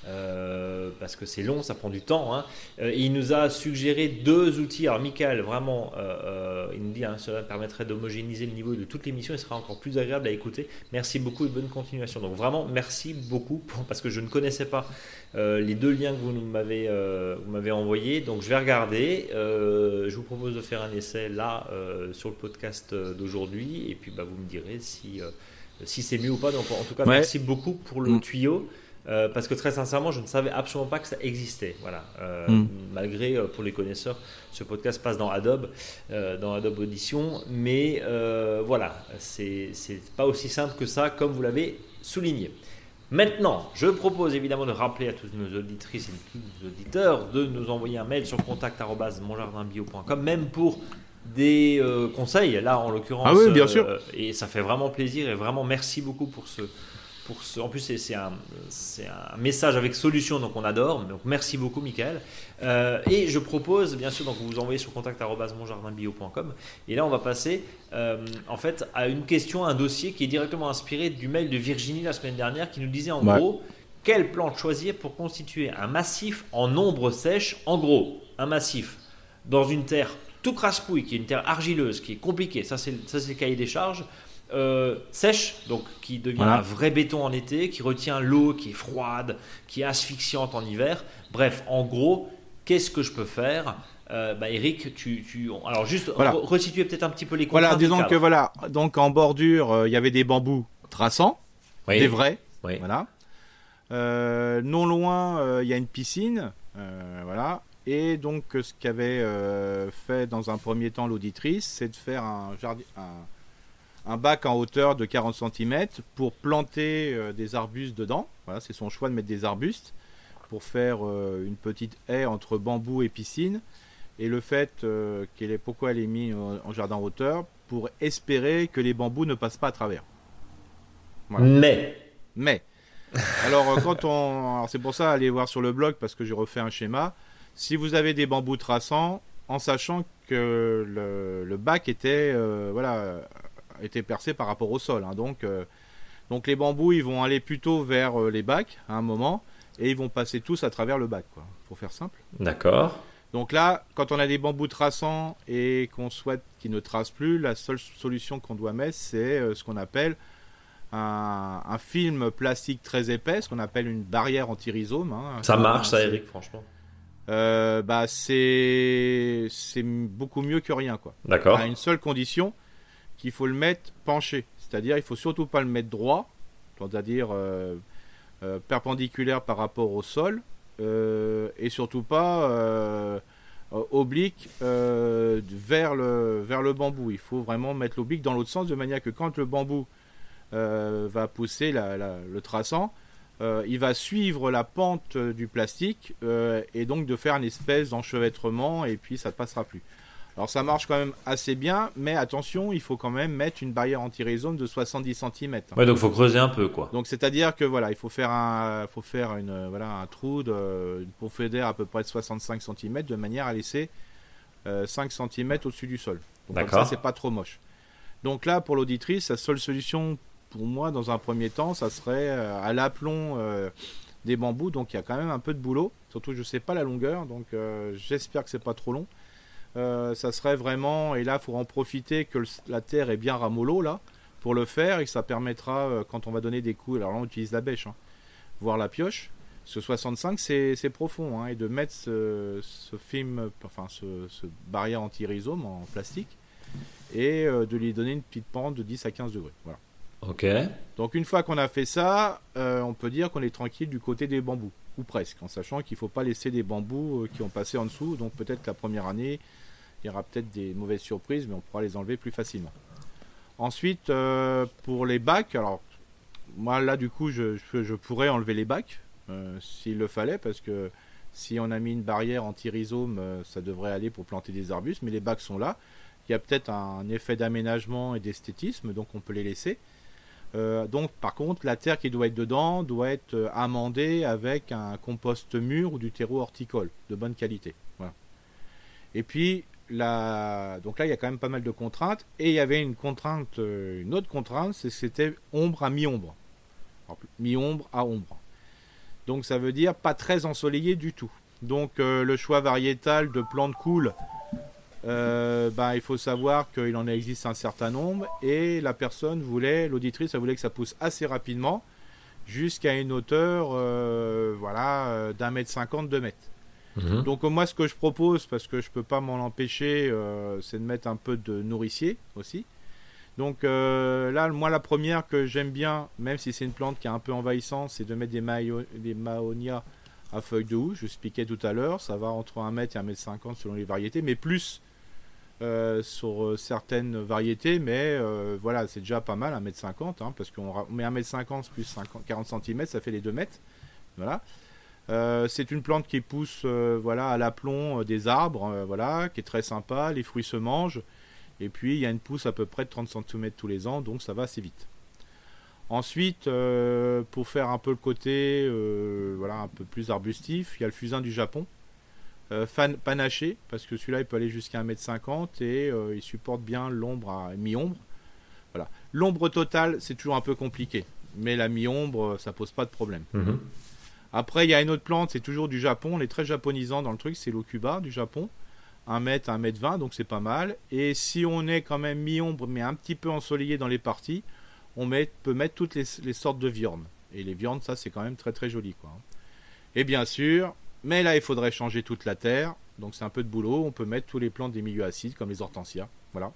Euh, parce que c'est long, ça prend du temps. Hein. Euh, et il nous a suggéré deux outils. Alors, Michael, vraiment, euh, euh, il nous dit hein, cela permettrait d'homogénéiser le niveau de toute l'émission et sera encore plus agréable à écouter. Merci beaucoup et bonne continuation. Donc, vraiment, merci beaucoup pour, parce que je ne connaissais pas euh, les deux liens que vous m'avez euh, vous m'avez envoyés. Donc, je vais regarder. Euh, je vous propose de faire un essai là euh, sur le podcast d'aujourd'hui. Et puis, bah, vous me direz si, euh, si c'est mieux ou pas. Donc, en tout cas, Ouais. merci beaucoup pour le Mm. tuyau. Euh, parce que très sincèrement, je ne savais absolument pas que ça existait. Voilà. Euh, Mm. Malgré, euh, pour les connaisseurs, ce podcast passe dans Adobe, euh, dans Adobe Audition, mais euh, voilà, c'est c'est pas aussi simple que ça, comme vous l'avez souligné. Maintenant, je propose évidemment de rappeler à tous nos auditrices et tous nos auditeurs de nous envoyer un mail sur contact arobase mon jardin bio point com, même pour des euh, conseils. Là, en l'occurrence, Ah oui, bien euh, sûr. et ça fait vraiment plaisir et vraiment merci beaucoup pour ce. Pour ce, en plus, c'est c'est un, c'est un message avec solution, donc on adore. Donc merci beaucoup, Michael. Euh, et je propose, bien sûr, donc vous vous envoyez sur contact arobase mon jardin bio point com. Et là, on va passer euh, en fait à une question, un dossier qui est directement inspiré du mail de Virginie la semaine dernière, qui nous disait en Ouais. gros quelle plante choisir pour constituer un massif en ombre sèche. En gros, un massif dans une terre tout crasse-pouille, qui est une terre argileuse, qui est compliquée. Ça, c'est ça, c'est le cahier des charges. Euh, sèche, donc qui devient Voilà. un vrai béton en été, qui retient l'eau, qui est froide, qui est asphyxiante en hiver. Bref, en gros, qu'est-ce que je peux faire euh, bah, Eric, tu, tu, alors juste Voilà. re- resituer peut-être un petit peu les contraintes. Voilà, du disons cadre. que voilà, donc en bordure, euh, il y avait des bambous traçants, Oui. des vrais, Oui. voilà. Euh, non loin, euh, il y a une piscine, euh, voilà. Et donc, euh, ce qu'avait euh, fait dans un premier temps l'auditrice, c'est de faire un, jardin, un, un bac en hauteur de quarante centimètres pour planter euh, des arbustes dedans. Voilà, c'est son choix de mettre des arbustes pour faire euh, une petite haie entre bambou et piscine. Et le fait euh, qu'elle est, pourquoi elle est mise en, en jardin hauteur, pour espérer que les bambous ne passent pas à travers. Voilà. Mais, Mais, alors euh, quand on, alors c'est pour ça, allez voir sur le blog parce que j'ai refait un schéma. Si vous avez des bambous traçants, en sachant que le, le bac était, euh, voilà, était percé par rapport au sol, hein. donc, euh, donc les bambous, ils vont aller plutôt vers euh, les bacs à un moment et ils vont passer tous à travers le bac, quoi, pour faire simple. d'accord. Donc là, quand on a des bambous traçants et qu'on souhaite qu'ils ne tracent plus, la seule solution qu'on doit mettre, c'est euh, ce qu'on appelle un, un film plastique très épais, ce qu'on appelle une barrière anti-rhizome. Hein. Ça marche, ça, C'est- Eric, franchement. euh, bah, c'est c'est beaucoup mieux que rien, quoi. D'accord. À une seule condition, qu'il faut le mettre penché. C'est-à-dire, il faut surtout pas le mettre droit, c'est-à-dire euh, euh, perpendiculaire par rapport au sol, euh, et surtout pas euh, euh, oblique euh, vers, le, vers le bambou. Il faut vraiment mettre l'oblique dans l'autre sens, de manière que quand le bambou euh, va pousser la, la, le traçant, euh, il va suivre la pente euh, du plastique, euh, et donc de faire une espèce d'enchevêtrement, et puis ça ne passera plus. Alors ça marche quand même assez bien, mais attention, il faut quand même mettre une barrière anti-rhizome de soixante-dix centimètres. Ouais, donc il faut creuser un peu, quoi. Donc c'est-à-dire que voilà, il faut faire un, faut faire une, voilà, un trou de, une profondeur à peu près de soixante-cinq centimètres de manière à laisser euh, cinq centimètres au-dessus du sol. Donc comme ça, c'est pas trop moche. Donc là, pour l'auditrice, la seule solution pour moi, dans un premier temps, ça serait euh, à l'aplomb euh, des bambous. Donc il y a quand même un peu de boulot. Surtout, je sais pas la longueur, donc euh, j'espère que c'est pas trop long. Euh, ça serait vraiment, et là il faut en profiter que le, la terre est bien ramollo là pour le faire, et que ça permettra euh, quand on va donner des coups, alors là on utilise la bêche, hein, voire la pioche, ce soixante-cinq c'est, c'est profond, hein, et de mettre ce, ce film, enfin ce, ce barrière anti-rhizome en plastique, et euh, de lui donner une petite pente de dix à quinze degrés. Voilà. Ok. Donc une fois qu'on a fait ça, euh, on peut dire qu'on est tranquille du côté des bambous, ou presque, en sachant qu'il ne faut pas laisser des bambous euh, qui ont passé en dessous, donc peut-être la première année il y aura peut-être des mauvaises surprises, mais on pourra les enlever plus facilement. Ensuite, euh, pour les bacs, alors moi là du coup je, je, je pourrais enlever les bacs euh, s'il le fallait, parce que si on a mis une barrière anti-rhizome, euh, ça devrait aller pour planter des arbustes, mais les bacs sont là. Il y a peut-être un effet d'aménagement et d'esthétisme, donc on peut les laisser. Euh, donc par contre, la terre qui doit être dedans doit être euh, amendée avec un compost mûr ou du terreau horticole de bonne qualité. Voilà. Et puis La... donc là il y a quand même pas mal de contraintes, et il y avait une contrainte, une autre contrainte, c'est que c'était ombre à mi-ombre, alors, mi-ombre à ombre, donc ça veut dire pas très ensoleillé du tout. Donc euh, le choix variétal de plantes cool, euh, ben, il faut savoir qu'il en existe un certain nombre, et la personne voulait, l'auditrice elle voulait que ça pousse assez rapidement jusqu'à une hauteur euh, voilà, d'un mètre cinquante, deux mètres. Mmh. Donc moi ce que je propose, parce que je peux pas m'en empêcher, euh, c'est de mettre un peu de nourricier aussi. Donc euh, là moi la première que j'aime bien, même si c'est une plante qui est un peu envahissante, c'est de mettre des, maïo- des Mahonia à feuilles de housse. Je expliquais tout à l'heure, ça va entre un mètre et un mètre cinquante selon les variétés, mais plus euh, sur certaines variétés, mais euh, voilà, c'est déjà pas mal un mètre cinquante, hein, parce qu'on met un mètre cinquante plus cinquante, quarante centimètres, ça fait les deux mètres. Voilà. Euh, c'est une plante qui pousse euh, voilà, à l'aplomb euh, des arbres, euh, voilà, qui est très sympa, les fruits se mangent, et puis il y a une pousse à peu près de trente centimètres tous les ans, donc ça va assez vite. Ensuite, euh, pour faire un peu le côté euh, voilà, un peu plus arbustif, il y a le fusain du Japon, euh, fan, panaché, parce que celui-là il peut aller jusqu'à un mètre cinquante, et euh, il supporte bien l'ombre à mi-ombre. Voilà. L'ombre totale, c'est toujours un peu compliqué, mais la mi-ombre, ça pose pas de problème. Mmh. Après, il y a une autre plante, c'est toujours du Japon, on est très japonisant dans le truc, c'est l'Okuba du Japon, un mètre, un mètre vingt, donc c'est pas mal. Et si on est quand même mi-ombre, mais un petit peu ensoleillé dans les parties, on met, peut mettre toutes les, les sortes de viornes. Et les viornes, ça c'est quand même très très joli, quoi. Et bien sûr, mais là il faudrait changer toute la terre, donc c'est un peu de boulot, on peut mettre tous les plantes des milieux acides, comme les hortensias, voilà.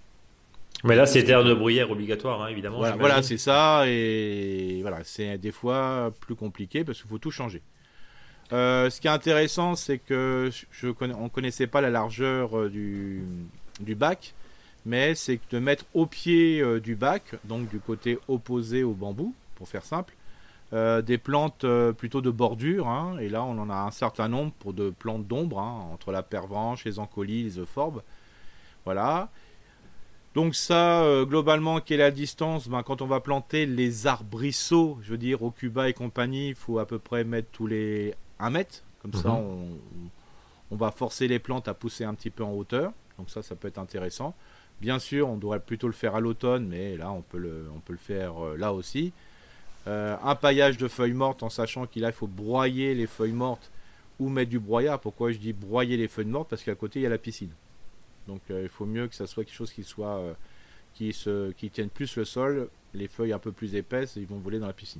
Mais là, c'est terre de bruyère obligatoire, hein, évidemment. Voilà, voilà, c'est ça, et voilà, c'est des fois plus compliqué parce qu'il faut tout changer. Euh, ce qui est intéressant, c'est que je connais, on ne connaissait pas la largeur euh, du, du bac, mais c'est de mettre au pied euh, du bac, donc du côté opposé au bambou, pour faire simple, euh, des plantes euh, plutôt de bordure, hein, et là on en a un certain nombre pour de plantes d'ombre, hein, entre la pervenche, les ancolis, les euphorbes, voilà. Donc ça, euh, globalement, quelle est la distance? Ben, quand on va planter les arbrisseaux, je veux dire, au Cuba et compagnie, il faut à peu près mettre tous les un mètre. Comme mmh. ça, on, on va forcer les plantes à pousser un petit peu en hauteur. Donc ça, ça peut être intéressant. Bien sûr, on devrait plutôt le faire à l'automne, mais là, on peut le, on peut le faire euh, là aussi. Euh, un paillage de feuilles mortes, en sachant qu'il il faut broyer les feuilles mortes ou mettre du broyat. Pourquoi je dis broyer les feuilles mortes? Parce qu'à côté, il y a la piscine. Donc euh, il faut mieux que ça soit quelque chose qui soit euh, qui se qui tienne plus le sol. Les feuilles un peu plus épaisses, ils vont voler dans la piscine.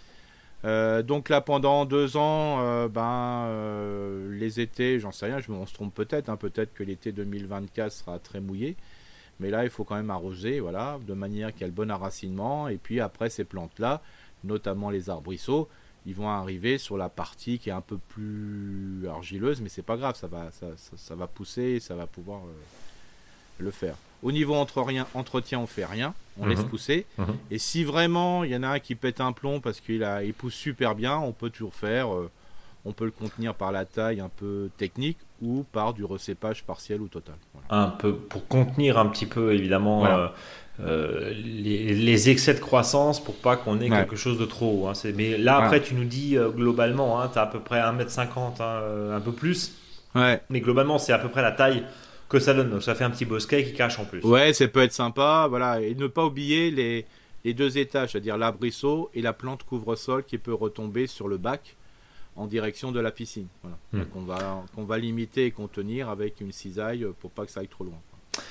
Euh, donc là pendant deux ans, euh, ben euh, les étés, j'en sais rien, je, on se trompe peut-être, hein, peut-être que l'été deux mille vingt-quatre sera très mouillé, mais là il faut quand même arroser, voilà, de manière qu'il y a le bon enracinement. Et puis après ces plantes-là, notamment les arbrisseaux, ils vont arriver sur la partie qui est un peu plus argileuse, mais c'est pas grave, ça va, ça, ça, ça va pousser et ça va pouvoir euh, le faire. Au niveau entre rien, entretien, on fait rien, on mmh. laisse pousser. Mmh. Et si vraiment il y en a un qui pète un plomb parce qu'il a, il pousse super bien, on peut toujours faire euh, on peut le contenir par la taille un peu technique ou par du recépage partiel ou total. Voilà. Un peu pour contenir un petit peu évidemment Voilà. euh, euh, les, les excès de croissance pour pas qu'on ait Ouais. quelque chose de trop haut. Hein. C'est, mais là Voilà. après tu nous dis euh, globalement, hein, tu as à peu près un mètre cinquante, hein, euh, un peu plus, Ouais. mais globalement c'est à peu près la taille que ça donne. Donc ça fait un petit bosquet qui cache en plus. Ouais, ça peut être sympa, voilà, et ne pas oublier les, les deux étages, c'est-à-dire l'abrisseau et la plante couvre-sol qui peut retomber sur le bac en direction de la piscine. Voilà. Hmm. Donc on va, qu'on va limiter et contenir avec une cisaille pour pas que ça aille trop loin.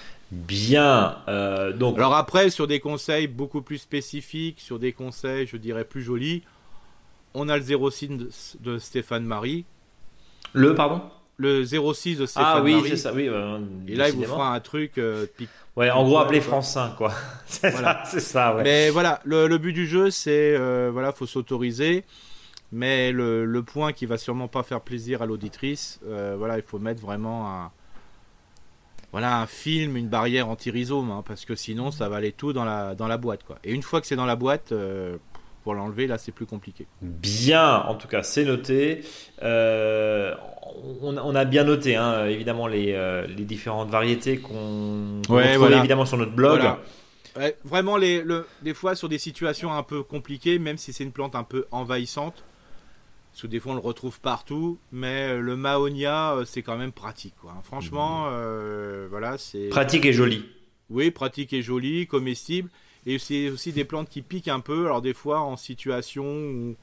Bien, euh, donc Alors après, sur des conseils beaucoup plus spécifiques, sur des conseils, je dirais, plus jolis, on a le zéro six de, de Stéphane Marie, le pardon. le zéro six de Stéphane Ah oui, Marie, c'est ça, oui. euh, et là il vous décidément. fera un truc euh, pic- Ouais, en gros Ouais, appelé quoi. France cinq quoi. c'est Voilà. ça, c'est ça, ouais. Mais voilà, le, le but du jeu, c'est euh, voilà, faut s'autoriser. Mais le, le point qui va sûrement pas faire plaisir à l'auditrice, euh, voilà, il faut mettre vraiment un, voilà, un film, une barrière anti-rhizome, hein, parce que sinon, ça va aller tout dans la dans la boîte, quoi. Et une fois que c'est dans la boîte, euh, pour l'enlever, là, c'est plus compliqué. Bien, en tout cas, c'est noté. Euh, on, on a bien noté, hein, évidemment, les, euh, les différentes variétés qu'on qu'on Ouais, retrouve voilà. évidemment sur notre blog. Voilà. Ouais, vraiment, les, le, des fois, sur des situations un peu compliquées, même si c'est une plante un peu envahissante, parce que des fois on le retrouve partout, mais le Mahonia, euh, c'est quand même pratique, quoi. Franchement, euh, voilà, c'est. Pratique et joli. Oui, pratique et joli, comestible. Et c'est aussi des plantes qui piquent un peu. Alors des fois en situation où,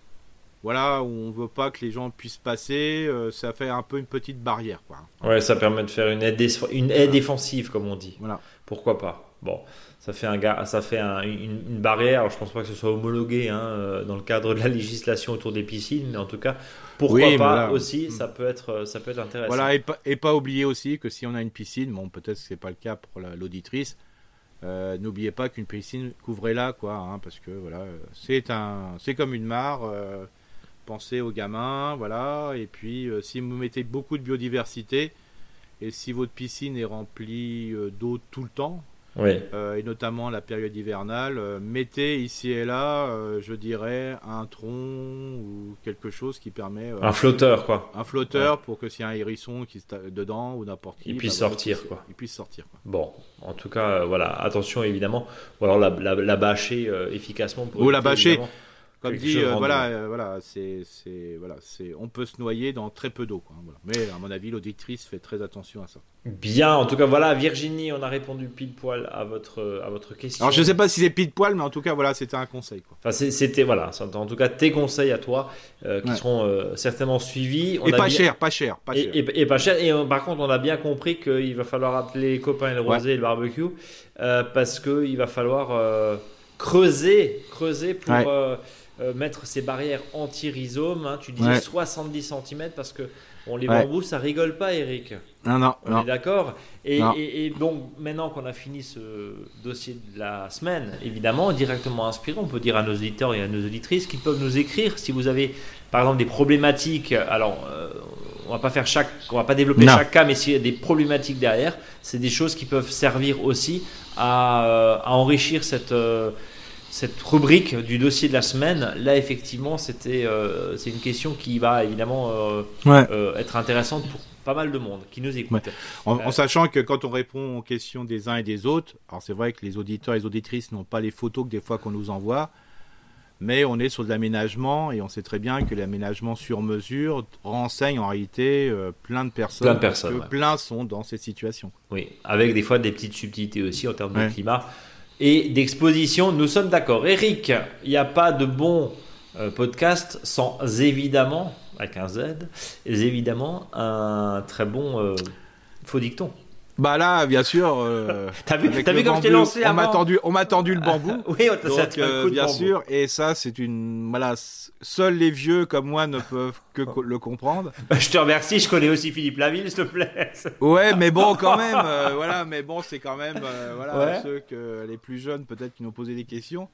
voilà, où on veut pas que les gens puissent passer, euh, ça fait un peu une petite barrière, quoi. Ouais, ça permet de faire une aide, dé- une aide défensive, comme on dit. Voilà. Pourquoi pas. Bon, ça fait, un, ga- ça fait un- une, une barrière. Alors, je pense pas que ce soit homologué hein, euh, dans le cadre de la législation autour des piscines, mais en tout cas, pourquoi Oui, pas voilà. aussi, ça peut être, ça peut être intéressant. Voilà, et pas, et pas oublier aussi que si on a une piscine, bon, peut-être que c'est pas le cas pour la- l'auditrice, euh, n'oubliez pas qu'une piscine, couvrez-la, quoi, hein, parce que voilà, euh, c'est un, c'est comme une mare. Euh, pensez aux gamins, voilà. Et puis, euh, si vous mettez beaucoup de biodiversité et si votre piscine est remplie euh, d'eau tout le temps, Oui. euh, et notamment la période hivernale, euh, mettez ici et là, euh, je dirais, un tronc ou quelque chose qui permet euh, Un flotteur, quoi. un flotteur pour que s'il y a un hérisson qui est dedans ou n'importe qui, Il puisse voilà, sortir, qu'il- quoi. Il puisse sortir, quoi. Bon, en tout cas, euh, voilà, attention évidemment. Ou alors la, la, la bâcher euh, efficacement. Pour Ou la éviter, bâcher. évidemment, Comme quelque dit, chose euh, rentre voilà, dedans. euh, voilà, c'est, c'est, voilà, c'est, on peut se noyer dans très peu d'eau, quoi, voilà. Mais à mon avis, l'auditrice fait très attention à ça. Bien, en tout cas, voilà, Virginie, on a répondu pile poil à votre, à votre question. Alors, je sais pas si c'est pile poil, mais en tout cas, voilà, c'était un conseil, quoi. Enfin, c'est- c'était, voilà, c'est en tout cas tes conseils à toi euh, qui Ouais. seront euh, certainement suivis. On Et a pas bien- cher, pas cher, pas Et, cher. et- et pas cher. Et euh, par contre, on a bien compris qu'il va falloir appeler les copains et le Ouais. rosé et le barbecue euh, parce qu'il va falloir euh, creuser, creuser pour Ouais. euh, euh, mettre ces barrières anti-rhizome. Hein. Tu disais Ouais. soixante-dix centimètres parce que bon, les Ouais. bambous, ça rigole pas, Eric. Non, non, On non. est d'accord. Et, Non. et, et donc, maintenant qu'on a fini ce dossier de la semaine, évidemment, directement inspiré, on peut dire à nos auditeurs et à nos auditrices qu'ils peuvent nous écrire si vous avez, par exemple, des problématiques. Alors, euh, on va pas faire chaque, on va pas développer Non. chaque cas, mais s'il y a des problématiques derrière, c'est des choses qui peuvent servir aussi à, euh, à enrichir cette. euh, cette rubrique du dossier de la semaine. Là, effectivement, c'était, euh, c'est une question qui va évidemment euh, Ouais. euh, être intéressante pour pas mal de monde qui nous écoute. En, Euh, en sachant que quand on répond aux questions des uns et des autres, alors c'est vrai que les auditeurs et les auditrices n'ont pas les photos que des fois qu'on nous envoie, mais on est sur de l'aménagement et on sait très bien que l'aménagement sur mesure renseigne en réalité euh, plein de personnes. Plein de personnes, parce que ouais. plein sont dans cette situation. Oui, avec des fois des petites subtilités aussi en termes de Ouais. climat et d'exposition. Nous sommes d'accord. Eric, il n'y a pas de bon euh, podcast sans évidemment, avec un Z, évidemment un très bon euh, faux dicton. Bah là, bien sûr. euh, T'as vu, avec t'as le vu comme je t'ai bambou, lancé on m'a avant tendu, on m'a tendu le bambou. Oui, on t'a Donc, ça te fait un euh, coup de bien bambou. sûr, et ça, c'est une. Voilà, s- seuls les vieux comme moi ne peuvent que co- le comprendre. Bah, je te remercie, je connais aussi Philippe Laville, s'il te plaît. Ouais, mais bon, quand même, euh, voilà, mais bon, c'est quand même, euh, voilà, Ouais. ceux que les plus jeunes peut-être qui nous ont posé des questions.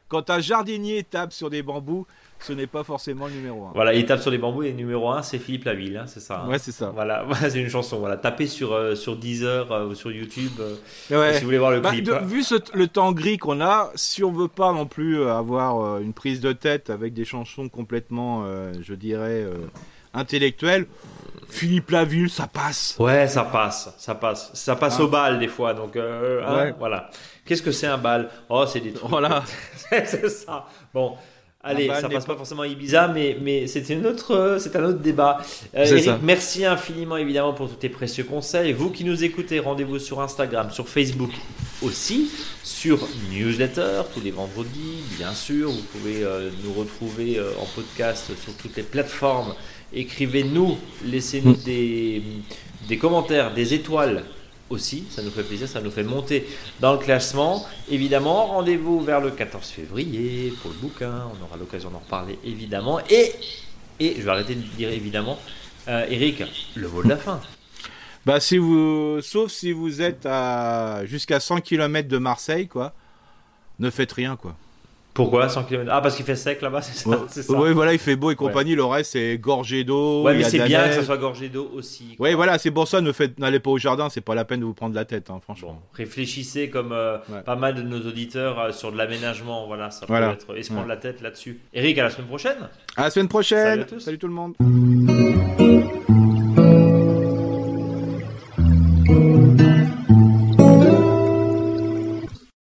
quand un jardinier tape sur des bambous, ce n'est pas forcément le numéro un. Voilà, il tape sur les bambous et numéro un, c'est Philippe Laville, hein, c'est ça. Hein. Ouais, c'est ça. Voilà, c'est une chanson. Voilà, tapez sur euh, sur Deezer euh, ou sur YouTube euh, Ouais. si vous voulez voir le Bah, clip. de- hein. vu ce- le temps gris qu'on a, si on veut pas non plus euh, avoir euh, une prise de tête avec des chansons complètement, euh, je dirais, euh, intellectuelles, Philippe Laville, ça passe. Ouais, ça passe, ça passe, ça passe Ah. au bal des fois. Donc euh, hein, Ouais. voilà. Qu'est-ce que c'est un bal? Oh, c'est des trucs. Voilà. c'est c'est ça. Bon. Allez, Un bal ça n'est passe pas- pas forcément à Ibiza, mais, mais c'est, une autre, euh, c'est un autre débat. Euh, C'est Eric, ça. merci infiniment évidemment pour tous tes précieux conseils. Vous qui nous écoutez, rendez-vous sur Instagram, sur Facebook aussi, sur Newsletter tous les vendredis, bien sûr. Vous pouvez euh, nous retrouver euh, en podcast sur toutes les plateformes. Écrivez-nous, laissez-nous Mm. des, des commentaires, des étoiles aussi, ça nous fait plaisir, ça nous fait monter dans le classement. Évidemment, rendez-vous vers le quatorze février pour le bouquin, on aura l'occasion d'en reparler évidemment. Et, et je vais arrêter de dire évidemment, euh, Eric, le mot de la fin. Bah, si vous, sauf si vous êtes à jusqu'à cent kilomètres de Marseille, quoi, ne faites rien, quoi. Pourquoi cent kilomètres? Ah, parce qu'il fait sec là-bas, c'est ça, Ouais, c'est ça. ouais, voilà, il fait beau et compagnie. Le reste, c'est gorgé d'eau. Ouais, il y mais a c'est de la bien neige. que ça soit gorgé d'eau aussi. quoi. Ouais, voilà, c'est pour ça, ne faites, n'allez pas au jardin, c'est pas la peine de vous prendre la tête, hein, franchement. Bon, réfléchissez comme euh, Ouais. pas mal de nos auditeurs euh, sur de l'aménagement, voilà, ça Voilà. peut être, et se prendre Ouais. la tête là-dessus. Eric, à la semaine prochaine. À la semaine prochaine. Salut à tous. Salut tout le monde.